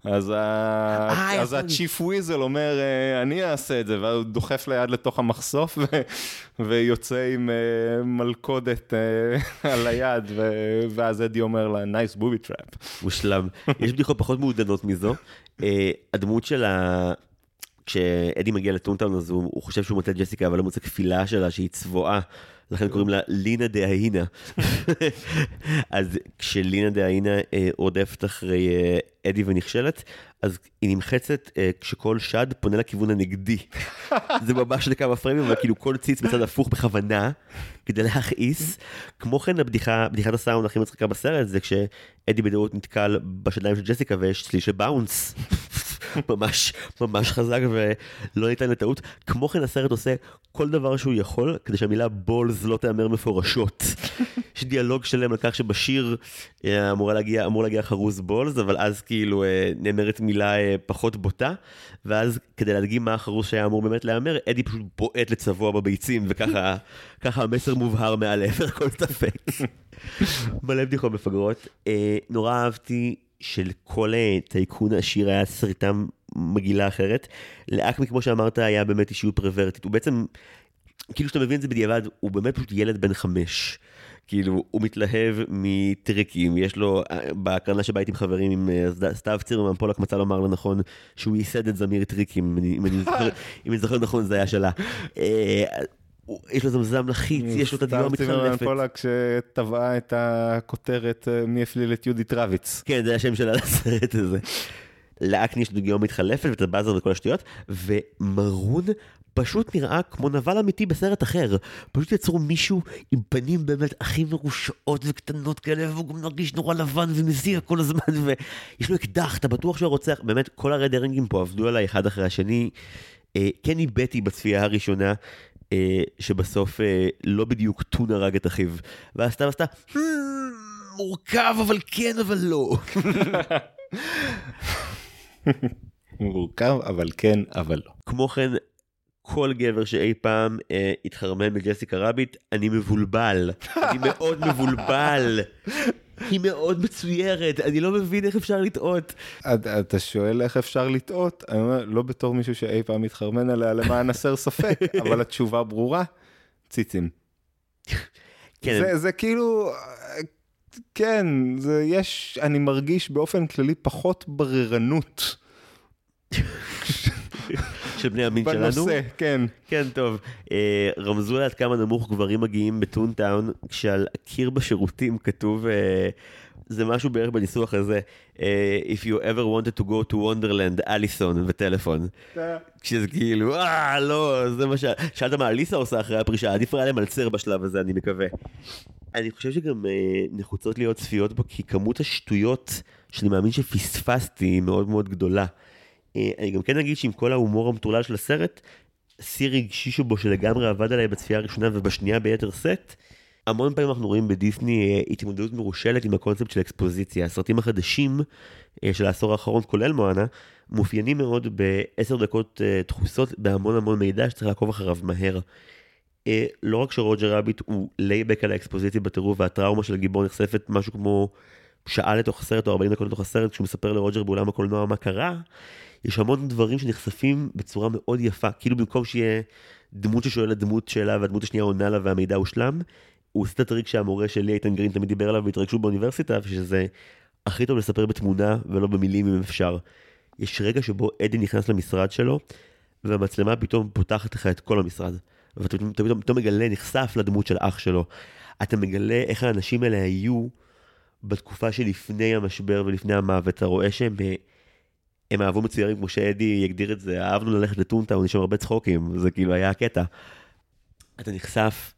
אז הצ'יפ וויזל אומר, אני אעשה את זה, והוא דוחף ליד לתוך המחשוף, ויוצא עם מלכודת על היד, ואז אדי אומר לה, נייס בובי טראפ. מושלם. יש בדיחות פחות מעודנות מזו. הדמות שלה, כשאדי מגיע לטונטאון, אז הוא חושב שהוא מוצא את ג'סיקה, אבל הוא מוצא כפילה שלה, שהיא צבועה, לכן קוראים לה לינה דהאינה. אז כשלינה דהאינה עודפת אחרי אדי ונכשלת, אז היא נמחצת כשכל שד פונה לכיוון הנגדי. זה ממש לכמה פריימים, אבל כאילו כל ציץ בצד הפוך בכוונה, כדי להכעיס. כמו כן, בדיחת הסאונד הכי מצחיקה בסרט, זה כשאדי בדעות נתקל בשדיים של ג'סיקה, ויש צליל של באונס. ממש, ממש חזק ולא ניתן לטעות. כמו כן הסרט עושה כל דבר שהוא יכול, כדי שהמילה בולס לא תאמר מפורשות. יש דיאלוג שלם לכך שבשיר אמור להגיע חרוז בולס, אבל אז כאילו נאמרת מילה פחות בוטה, ואז כדי להדגים מה החרוז שהיה אמור באמת לאמר, אדי פשוט בועט לצבוע בביצים, וככה המסר מובהר מעל עבר כל ספק. מלא בדיחות מפגרות. נורא אהבתי של כל טייקון העשיר היה סריטה מגעילה אחרת. לאקמי, כמו שאמרת, היה באמת אישיות פרוורטית. הוא בעצם, כאילו שאתה מבין את זה בדיעבד, הוא באמת פשוט ילד בן 5. כאילו, הוא מתלהב מטריקים, יש לו, בהקרנה שבה הייתי עם חברים עם סתיו צירמן, פולק מצא לומר לנכון, שהוא ייסד את זמיר טריקים, אם אני זוכר נכון, זה היה שלה. יש לו זמזם לחיץ, יש לו את הדיור המתחלפת. סתיו צירמן פולק שטבעה את הכותרת מי הפליל את יהודית רביץ. כן, זה השם שלה לסרט הזה. לאקני יש דוגיון מתחלפת ואת הבאזר וכל השטויות, ומרון פשוט נראה כמו נבל אמיתי בסרט אחר. פשוט יצרו מישהו עם פנים באמת הכי מרושעות וקטנות כאלה, והוא גם מרגיש נורא לבן ומזיע כל הזמן, ויש לו אקדח, אתה בטוח שהוא רוצח. באמת, כל הרדרינגים פה עבדו עליי אחד אחרי השני. כן איבדתי בצפייה הראשונה, שבסוף לא בדיוק טון הרג את אחיו. ואז סתם עשתה, מורכב אבל כן אבל לא. מורכב אבל כן אבל לא. כמו כן, כל גבר שאי פעם התחרמן בג'סיקה רביט, אני מבולבל. אני מאוד מבולבל. היא מאוד מצוירת, אני לא מבין איך אפשר לטעות. אתה שואל איך אפשר לטעות? אני אומר, לא בתור מישהו שאי פעם מתחרמן עליה למען הסר ספק, אבל התשובה ברורה, ציצים. זה כאילו, כן, יש, אני מרגיש באופן כללי פחות בררנות. של בני המין שלנו. בנושא, כן. כן, טוב. רמזו עד כמה נמוך גברים מגיעים בטונטאון, כשעל הקיר בשירותים כתוב, זה משהו בערך בניסוח הזה, If you ever wanted to go to Wonderland, אליסון וטלפון. כשזה כאילו, לא, זה מה שאלת מה אליסה עושה אחרי הפרישה, עדיף ראה למלצר בשלב הזה, אני מקווה. אני חושב שגם נחוצות להיות צפיות בו, כי כמות השטויות שאני מאמין שפספסתי היא מאוד מאוד גדולה. אני גם כן אגיד שעם כל ההומור המטורלל של הסרט, סיר רגשישו בו שלגמרי עבד עליי בצפייה הראשונה ובשנייה ביתר סט. המון פעמים אנחנו רואים בדיסני התמודדות מרושלת עם הקונספט של אקספוזיציה. הסרטים החדשים של העשור האחרון, כולל מואנה, מופיינים מאוד ב10 דקות דחוסות בהמון המון מידע שצריך לעקוב אחריו מהר. לא רק שרוג'ר רביט הוא לייבק על האקספוזיציה בטירוף, והטראומה של הגיבור נחשפת משהו כמו שעה לתוך הסרט או 40 דקות לתוך הסרט, כשהוא מספר לרוג'ר באולם הקולנוע מה קרה, יש המון דברים שנחשפים בצורה מאוד יפה, כאילו במקום שיהיה דמות ששואלת דמות שאלה והדמות השנייה עונה לה והמידע הושלם, הוא עושה את הטריק שהמורה שלי איתן גרין תמיד דיבר עליו והתרגשו באוניברסיטה, ושזה הכי טוב לספר בתמונה ולא במילים אם אפשר. יש רגע שבו אדי נכנס למשרד שלו, והמצלמה פתאום פותחת לך את כל המשרד, ואתה פתאום מגלה, נחשף לדמות של אח שלו, אתה מגלה איך האנשים האלה היו בתקופה שלפני המשבר ולפני המוות, אתה רואה שהם אהבו מצוירים, כמו שאדי יגדיר את זה, אהבנו ללכת לטונטאון, יש שם הרבה צחוקים, זה כאילו היה הקטע. אתה נחשף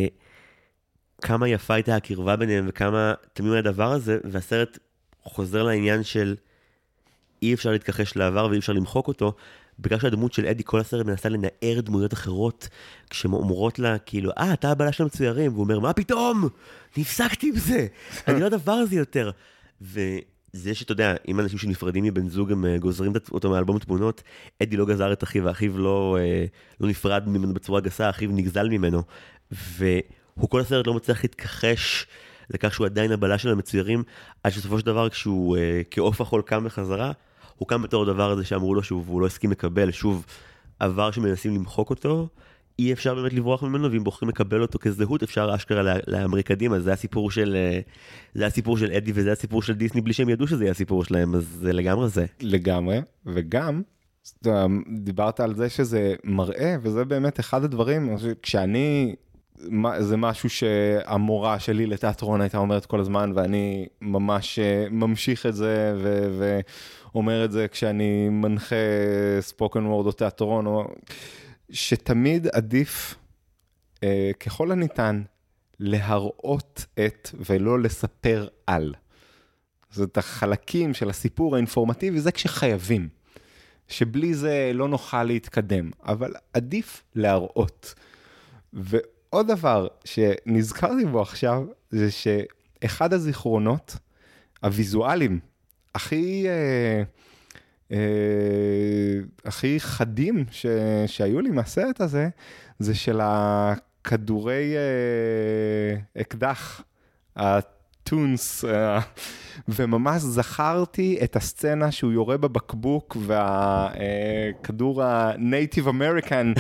לכמה יפה הייתה הקרבה ביניהם, וכמה תמים היה הדבר הזה, והסרט חוזר לעניין של אי אפשר להתכחש לעבר, ואי אפשר למחוק אותו, בגלל שהדמות של אדי כל הסרט מנסה לנער דמויות אחרות, כשהן אומרות לה, כאילו, אתה הבעלה של המצוירים, והוא אומר, מה פתאום? נפסקתי עם זה, אני לא הדבר הזה יותר. וזה שאתה יודע, אם אנשים שנפרדים מבן זוג, הם גוזרים אותו מאלבום תמונות, אדי לא גזר את אחיו, ואחיו לא נפרד ממנו בצורה גסה, אחיו נגזל ממנו, והוא כל הסרט לא מצליח להתכחש לכך שהוא עדיין הבעלה של המצוירים, עד שסופו של דבר, כשהוא כעוף החול קם בחזרה, הוא קם בתור הדבר הזה שאמרו לו שהוא לא הסכים לקבל, שוב, עבר שמנסים למחוק אותו, אי אפשר באמת לברוח ממנו, ואם בוחרים לקבל אותו כזהות, אפשר אשכרה להמריא קדימה, זה הסיפור של אדי, וזה הסיפור של דיסני, בלי שהם ידעו שזה יהיה הסיפור שלהם, אז זה לגמרי זה. לגמרי, וגם, דיברת על זה שזה מראה, וזה באמת אחד הדברים, כשאני, זה משהו שהמורה שלי לתיאטרון הייתה אומרת כל הזמן, ואני ממש ממשיך את זה, ואומר את זה כשאני מנחה ספוקן וורד או תיאטרון, שתמיד עדיף ככל הניתן להראות את ולא לספר על. זאת החלקים של הסיפור האינפורמטיבי, זה כשחייבים. שבלי זה לא נוכל להתקדם, אבל עדיף להראות. ועוד דבר שנזכרתי בו עכשיו, זה שאחד הזיכרונות הוויזואליים הכי חדים שהיו לי מהסרט הזה, זה של הכדורי אקדח, הטונס, וממש זכרתי את הסצנה שהוא יורה בבקבוק, והכדור ה-Native American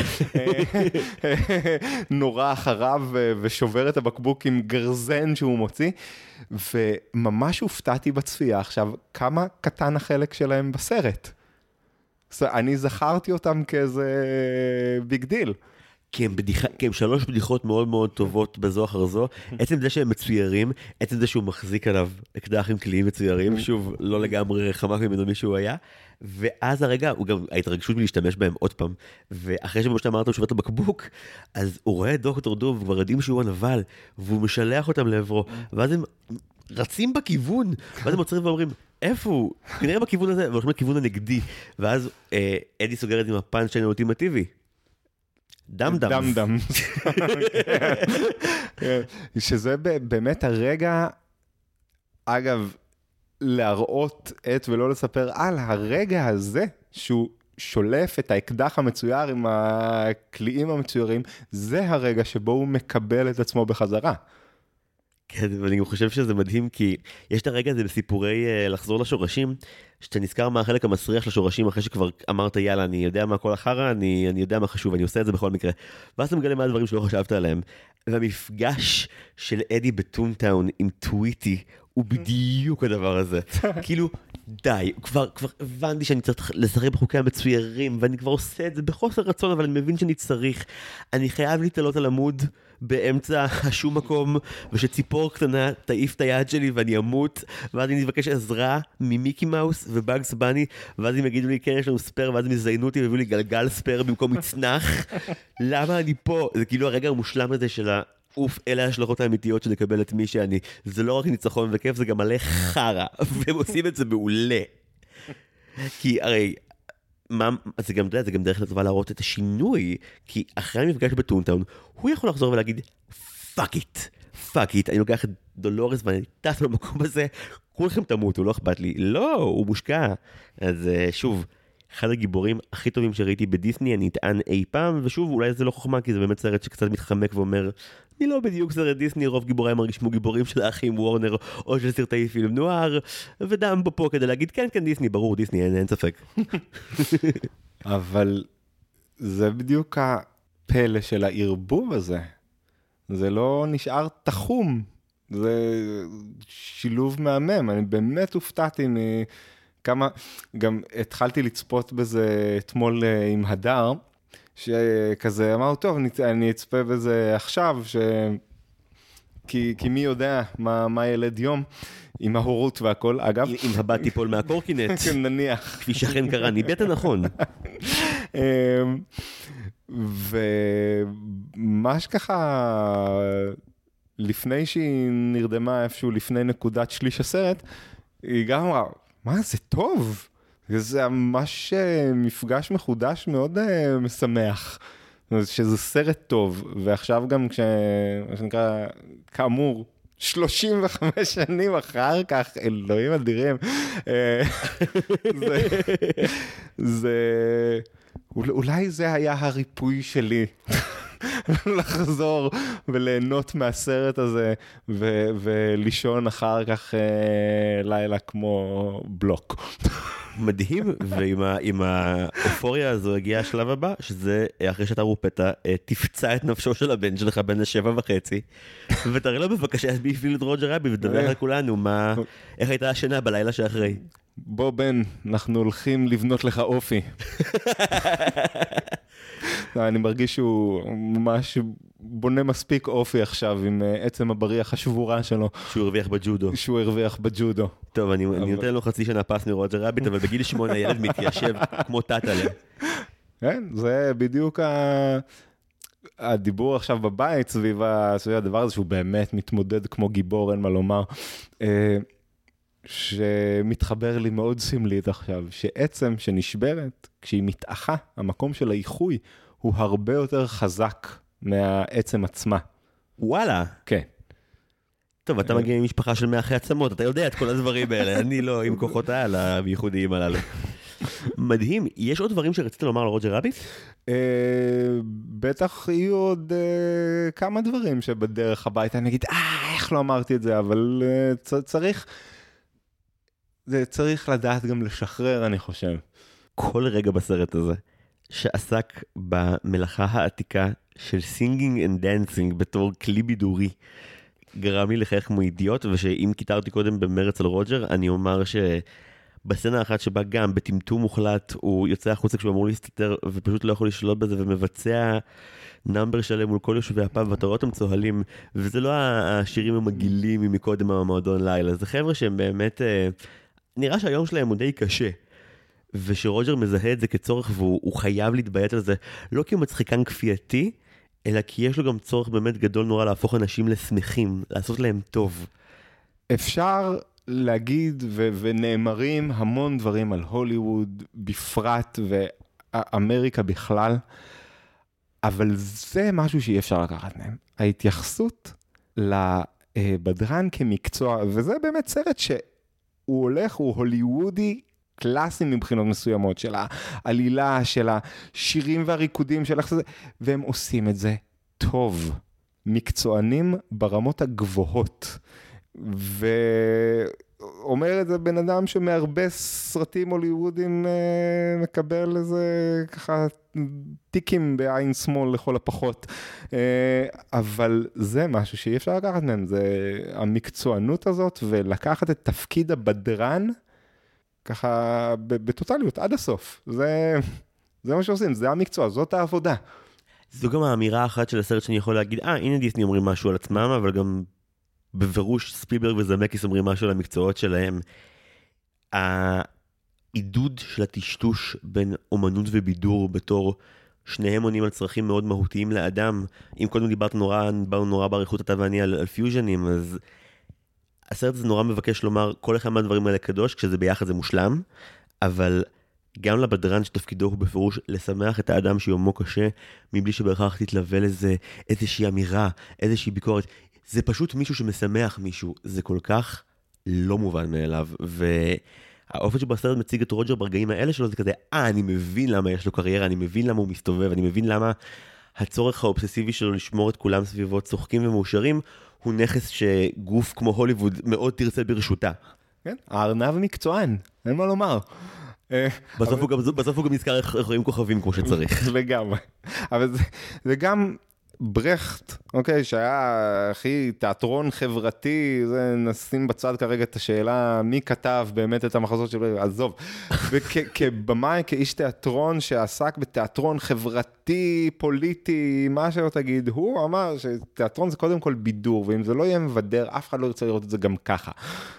נורא אחריו ושובר את הבקבוק עם גרזן שהוא מוציא, וממש הופתעתי בצפייה עכשיו, כמה קטן החלק שלהם בסרט. אני זכרתי אותם כאיזה ביג דיל. כי הם 3 בדיחות מאוד מאוד טובות בזו אחר זו, עצם זה שהם מצוירים, עצם זה שהוא מחזיק עליו אקדח עם כלים מצוירים, שוב, לא לגמרי רחמק ממנו מישהו היה, ואז הרגע, גם ההתרגשות מלהשתמש בהם עוד פעם, ואחרי שמה שאתה אמרת הוא שובר את הבקבוק, אז הוא רואה את דוקטור דוב, כבר יודעים שהוא הנבל, והוא משלח אותם לעברו, ואז הם רצים בכיוון, ואז הם עוצרים ואומרים, איפה הוא? כנראה בכיוון הזה, והולכים לכיוון הנגדי, ואז אדי סוגרת עם הפאנץ' האולטימטיבי. דם. שזה באמת הרגע, אגב, להראות את ולא לספר על הרגע הזה, שהוא שולף את האקדח המצויר עם הקליעים המצוירים, זה הרגע שבו הוא מקבל את עצמו בחזרה. כן, ואני חושב שזה מדהים, כי יש את הרגע הזה בסיפורי לחזור לשורשים, שאתה נזכר מה החלק המסריח לשורשים, אחרי שכבר אמרת, יאללה, אני יודע מה כל החרה, אני יודע מה חשוב, אני עושה את זה בכל מקרה. ואז אתה מגלה מה הדברים שלא חשבת עליהם. והמפגש של אדי בטונטאון עם טוויטי, הוא בדיוק הדבר הזה. כאילו, די, כבר הבנתי שאני צריך לשחק בחוקי המצוירים, ואני כבר עושה את זה בחוסר רצון, אבל אני מבין שאני צריך. אני חייב להתעלות על עמוד באמצע השום מקום, ושציפור קטנה תעיף את היד שלי ואני אמות, ואז אני אבקש עזרה ממיקי מאוס ובאגס בני, ואז הם יגידו לי, כן, יש לנו ספר, ואז הם יזיינו אותי והביאו לי גלגל ספר במקום מצנח. למה אני פה? זה כאילו הרגע המושלם הזה של אוף, אלה ההשלכות האמיתיות שנקבל את מי שאני. זה לא רק ניצחון וכיף, זה גם מלא חרה, והם עושים את זה מעולה. כי הרי, זה גם דרך לטובה להראות את השינוי, כי אחרי המפגש בטונטאון, הוא יכול לחזור ולהגיד, פאק איט, אני לוקח את דולורס ואני טס במקום הזה, כולכם תמותו, לא אכפת לי. לא, הוא מושקע. אז שוב, אחד הגיבורים הכי טובים שראיתי בדיסני, אני אטען אי פעם, ושוב, אולי זה לא חוכמה, כי זה באמת סרט שקצת מתחמק ואומר, אני לא בדיוק סרט דיסני, רוב גיבוריי מרגישמו גיבורים של האחים וורנר, או של סרטי פילם נוער, ודם פה כדי להגיד, כן, דיסני, ברור, דיסני, אין ספק. אבל זה בדיוק הפלא של הערבוב הזה. זה לא נשאר תחום. זה שילוב מהמם. אני באמת הופתעתי מכמה, גם התחלתי לצפות בזה אתמול עם הדר, שכזה אמרו, טוב, אני אצפה בזה עכשיו, כי מי יודע מה ילד יום, עם ההורות והכל, אגב. אם הבת תיפול מהקורקינט. נניח. כפי שכן קרה, ניבאת נכון. ומה שככה, לפני שהיא נרדמה איפשהו, לפני נקודת שליש הסרט, היא גם אמרה, מה, זה טוב. זה ממש מפגש מחודש מאוד משמח. שזה סרט טוב, ועכשיו גם מה שנקרא, כאמור, 35 שנים אחר כך, אלוהים אדירים, אולי זה היה הריפוי שלי, לחזור וליהנות מהסרט הזה, ולישון אחר כך לילה כמו בלוק. מדהים, ועם האופוריה הזו הגיע השלב הבא, שזה אחרי שאתה רופטה, תפצע את נפשו של הבן שלך בין 7:30, ותראה לו בבקשה מי הפעיל את רוג'ר רבי, ותדבר לכולנו איך הייתה השינה בלילה שאחרי. בוא בן, אנחנו הולכים לבנות לך אופי. אני מרגיש שהוא ממש בונה מספיק אופי עכשיו עם עצם הבריח השבורה שלו. שהוא הרוויח בג'ודו. טוב, אני נותן לו חצי שנה פס מרוג'ר רביט, אבל בגיל 8 הילד מתיישב כמו טאטלה. כן, זה בדיוק הדיבור עכשיו בבית סביב הדבר הזה, שהוא באמת מתמודד כמו גיבור, אין מה לומר. שמתחבר לי מאוד סמלית עכשיו, שעצם שנשברת, כשהיא מתאחה, המקום של האיחוי הוא הרבה יותר חזק מהעצם עצמה. וואלה. כן. טוב, אתה מגיע ממשפחה של מאחי עצמות, אתה יודע את כל הדברים האלה, אני לא עם כוחות העל הייחודיים הללו. מדהים, יש עוד דברים שרצית לומר לרוג'ר רביט? בטח יהיו עוד כמה דברים שבדרך הביתה אני אגיד, איך לא אמרתי את זה, אבל צריך לדעת גם לשחרר, אני חושב. כל רגע בסרט הזה, שעסק במלאכה העתיקה של singing and dancing בתור כלי בידורי, גרם לי לחייך כמו אידיוט, ושאם כיתרתי קודם במרץ על רוג'ר, אני אומר שבסצנה אחת שבה גם בטמטום מוחלט, הוא יוצא החוצה כשהוא אמור להסתתר, ופשוט לא יכול לשלוט בזה, ומבצע נאמבר שלם מול כל יושבי הפאב, ואתה רואה אותם צוהלים, וזה לא השירים המגעילים מקודם המועדון לילה, זה חבר'ה שהם באמת, נראה שהיום שלהם הוא די קשה, ושרוג'ר מזהה את זה כצורך, והוא חייב להתביית על זה, לא כי הוא מצחיקן כפייתי, אלא כי יש לו גם צורך באמת גדול נורא להפוך אנשים לשמחים, לעשות להם טוב. אפשר להגיד ונאמרים המון דברים על הוליווד בפרט ואמריקה בכלל, אבל זה משהו שאי אפשר לקחת מהם. ההתייחסות לבדרן כמקצוע, וזה באמת סרט שהוא הולך, הוא הוליוודי קלאסי מבחינות מסוימות, של העלילה, של השירים והריקודים, של איך זה, והם עושים את זה טוב. מקצוענים ברמות הגבוהות. ואומר את זה בן אדם שמהרבה סרטים הוליוודים מקבל איזה ככה טיקים בעין שמאל לכל הפחות. אבל זה משהו שאי אפשר לקחת מהם, זה המקצוענות הזאת, ולקחת את תפקיד הבדרן, ככה בטוטליות, עד הסוף. זה מה שעושים, זה המקצוע, זאת העבודה. זו גם האמירה האחת של הסרט שאני יכול להגיד, הנה דיסני אומרים משהו על עצמם, אבל גם בפירוש ספילברג וזמקיס אומרים משהו על המקצועות שלהם. העידוד של הטשטוש בין אומנות ובידור בתור שניהם עונים על צרכים מאוד מהותיים לאדם. אם קודם דיברנו נורא בעריכות אתה ואני על פיוז'נים, אז הסרט הזה נורא מבקש לומר, כל אחד מהדברים האלה קדוש, כשזה ביחד זה מושלם, אבל גם לבדרן שתפקידו הוא בפירוש לשמח את האדם שיומו קשה, מבלי שבהכרח תתלווה לזה איזושהי אמירה, איזושהי ביקורת. זה פשוט מישהו שמשמח מישהו, זה כל כך לא מובן מאליו, והאופן שבו הסרט מציג את רוג'ר ברגעים האלה שלו זה כזה, אני מבין למה יש לו קריירה, אני מבין למה הוא מסתובב, אני מבין למה הצורך האובססיבי שלו לשמור את כולם סביבו צוחקים ומאושרים, הוא נכס שגוף כמו הוליווד מאוד תרצה ברשותה. כן, הארנב מקצוען, אין מה לומר. בסוף הוא גם נזכר איך רואים כוכבים כמו שצריך. לגמרי. אבל זה גם ברכט, אוקיי, שהיה הכי תיאטרון חברתי, זה נשים בצד כרגע את השאלה, מי כתב באמת את המחזות של... עזוב. וכבמאי, כאיש תיאטרון שעסק בתיאטרון חברתי, פוליטי, מה שלא תגיד, הוא אמר שתיאטרון זה קודם כל בידור, ואם זה לא יהיה מבדר, אף אחד לא ירצה לראות את זה גם ככה.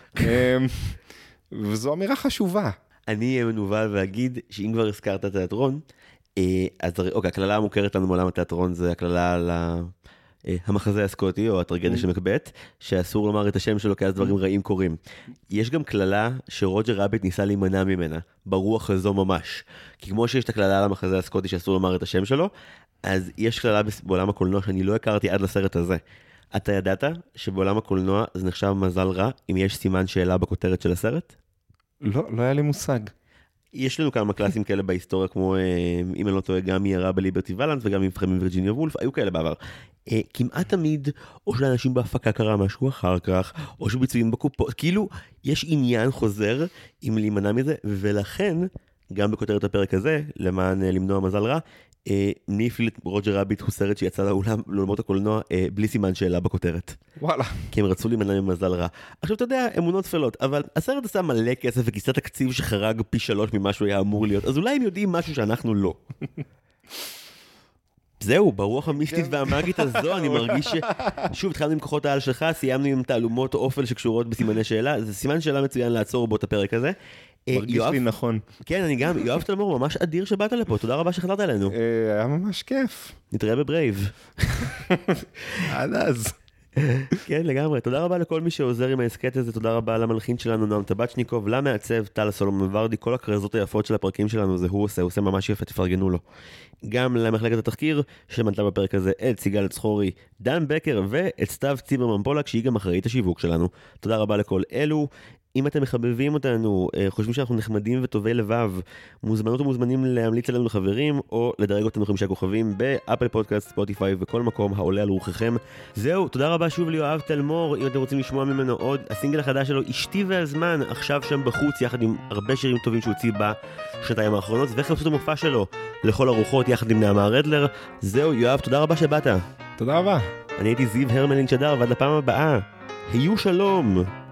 וזו אמירה חשובה. אני אהיה מנובל ואגיד שאם כבר הזכרת תיאטרון, אז אוקיי, הכללה המוכרת לנו מעולם התיאטרון זה הכללה על המחזה הסקוטי או הטרגדיה של מקבט, שאסור לומר את השם שלו כי אז דברים רעים קורים. יש גם כללה שרוג'ר רביט ניסה להימנע ממנה, ברוח הזו ממש. כי כמו שיש את הכללה על המחזה הסקוטי שאסור לומר את השם שלו, אז יש כללה בעולם הקולנוע שאני לא הכרתי עד לסרט הזה. אתה ידעת שבעולם הקולנוע זה נחשב מזל רע אם יש סימן שאלה בכותרת של הסרט? לא היה לי מושג. יש לנו כמה קלאסים כאלה בהיסטוריה, כמו, אם אני לא טועה, גם ירה בליברטי ולנס וגם עם פרמים וירג'יניה וולף, היו כאלה בעבר. כמעט תמיד, או שלאנשים בהפקה קרה משהו אחר כך, או שביצועים בקופות, כאילו, יש עניין חוזר עם להימנע מזה, ולכן, גם בכותרת הפרק הזה, למען למנוע מזל רע, מי הפעיל את רוג'ר רביט הוא סרט שיצא לעולמות הקולנוע בלי סימן שאלה בכותרת. וואלה. כי הם רצו להימנע ממזל רע. עכשיו אתה יודע, אמונות תפלות, אבל הסרט עשה מלא כסף וכיסה תקציב שחרג פי 3 ממה שהוא היה אמור להיות, אז אולי הם יודעים משהו שאנחנו לא. זהו, ברוח המיסטית והמאגית הזו אני מרגיש שוב התחלנו עם כוחות העל שלך, סיימנו עם תעלומות אופל שקשורות בסימני שאלה, זה סימן שאלה מצוין לעצור בו את הפרק הזה. מרגיש לי נכון. כן, אני גם, יואב תלמור, ממש אדיר שבאת לפה, תודה רבה שחזרת אלינו. היה ממש כיף. נתראה בברייב. עד אז. כן, לגמרי. תודה רבה לכל מי שעוזר עם ההסקט הזה, תודה רבה למלחין שלנו נועם טבצ'ניקוב, למעצב טל סולומון ורדי, כל הקרזות היפות של הפרקים שלנו זה הוא עושה ממש יפה, תפרגנו לו. גם למחלקת התחקיר שמנתה בפרק הזה את סיגל צחורי, דן בקר ואת סתיו ציברמן פולק שהיא גם אחראית השיווק שלנו. תודה רבה לכל אלו. אם אתם מחבבים אותנו, חושבים שאנחנו נחמדים וטובי לבב, מוזמנות ומוזמנים להמליץ עלינו לחברים, או לדרג אותנו 5 כוכבים באפל פודקאסט, ספוטיפיי וכל מקום העולה על רוחכם. זהו, תודה רבה שוב ליואב תלמור, אם אתם רוצים לשמוע ממנו עוד, הסינגל החדש שלו, אשתי והזמן, עכשיו שם בחוץ, יחד עם הרבה שירים טובים שהוא הוציא בשנתיים האחרונות, וחפשו את המופע שלו לכל הרוחות, יחד עם נעמה רדלר. זהו, יואב, תודה רבה שבאת. תודה רבה. אני הייתי זיו הרמלין שדר, ועד לפעם הבאה, היו שלום.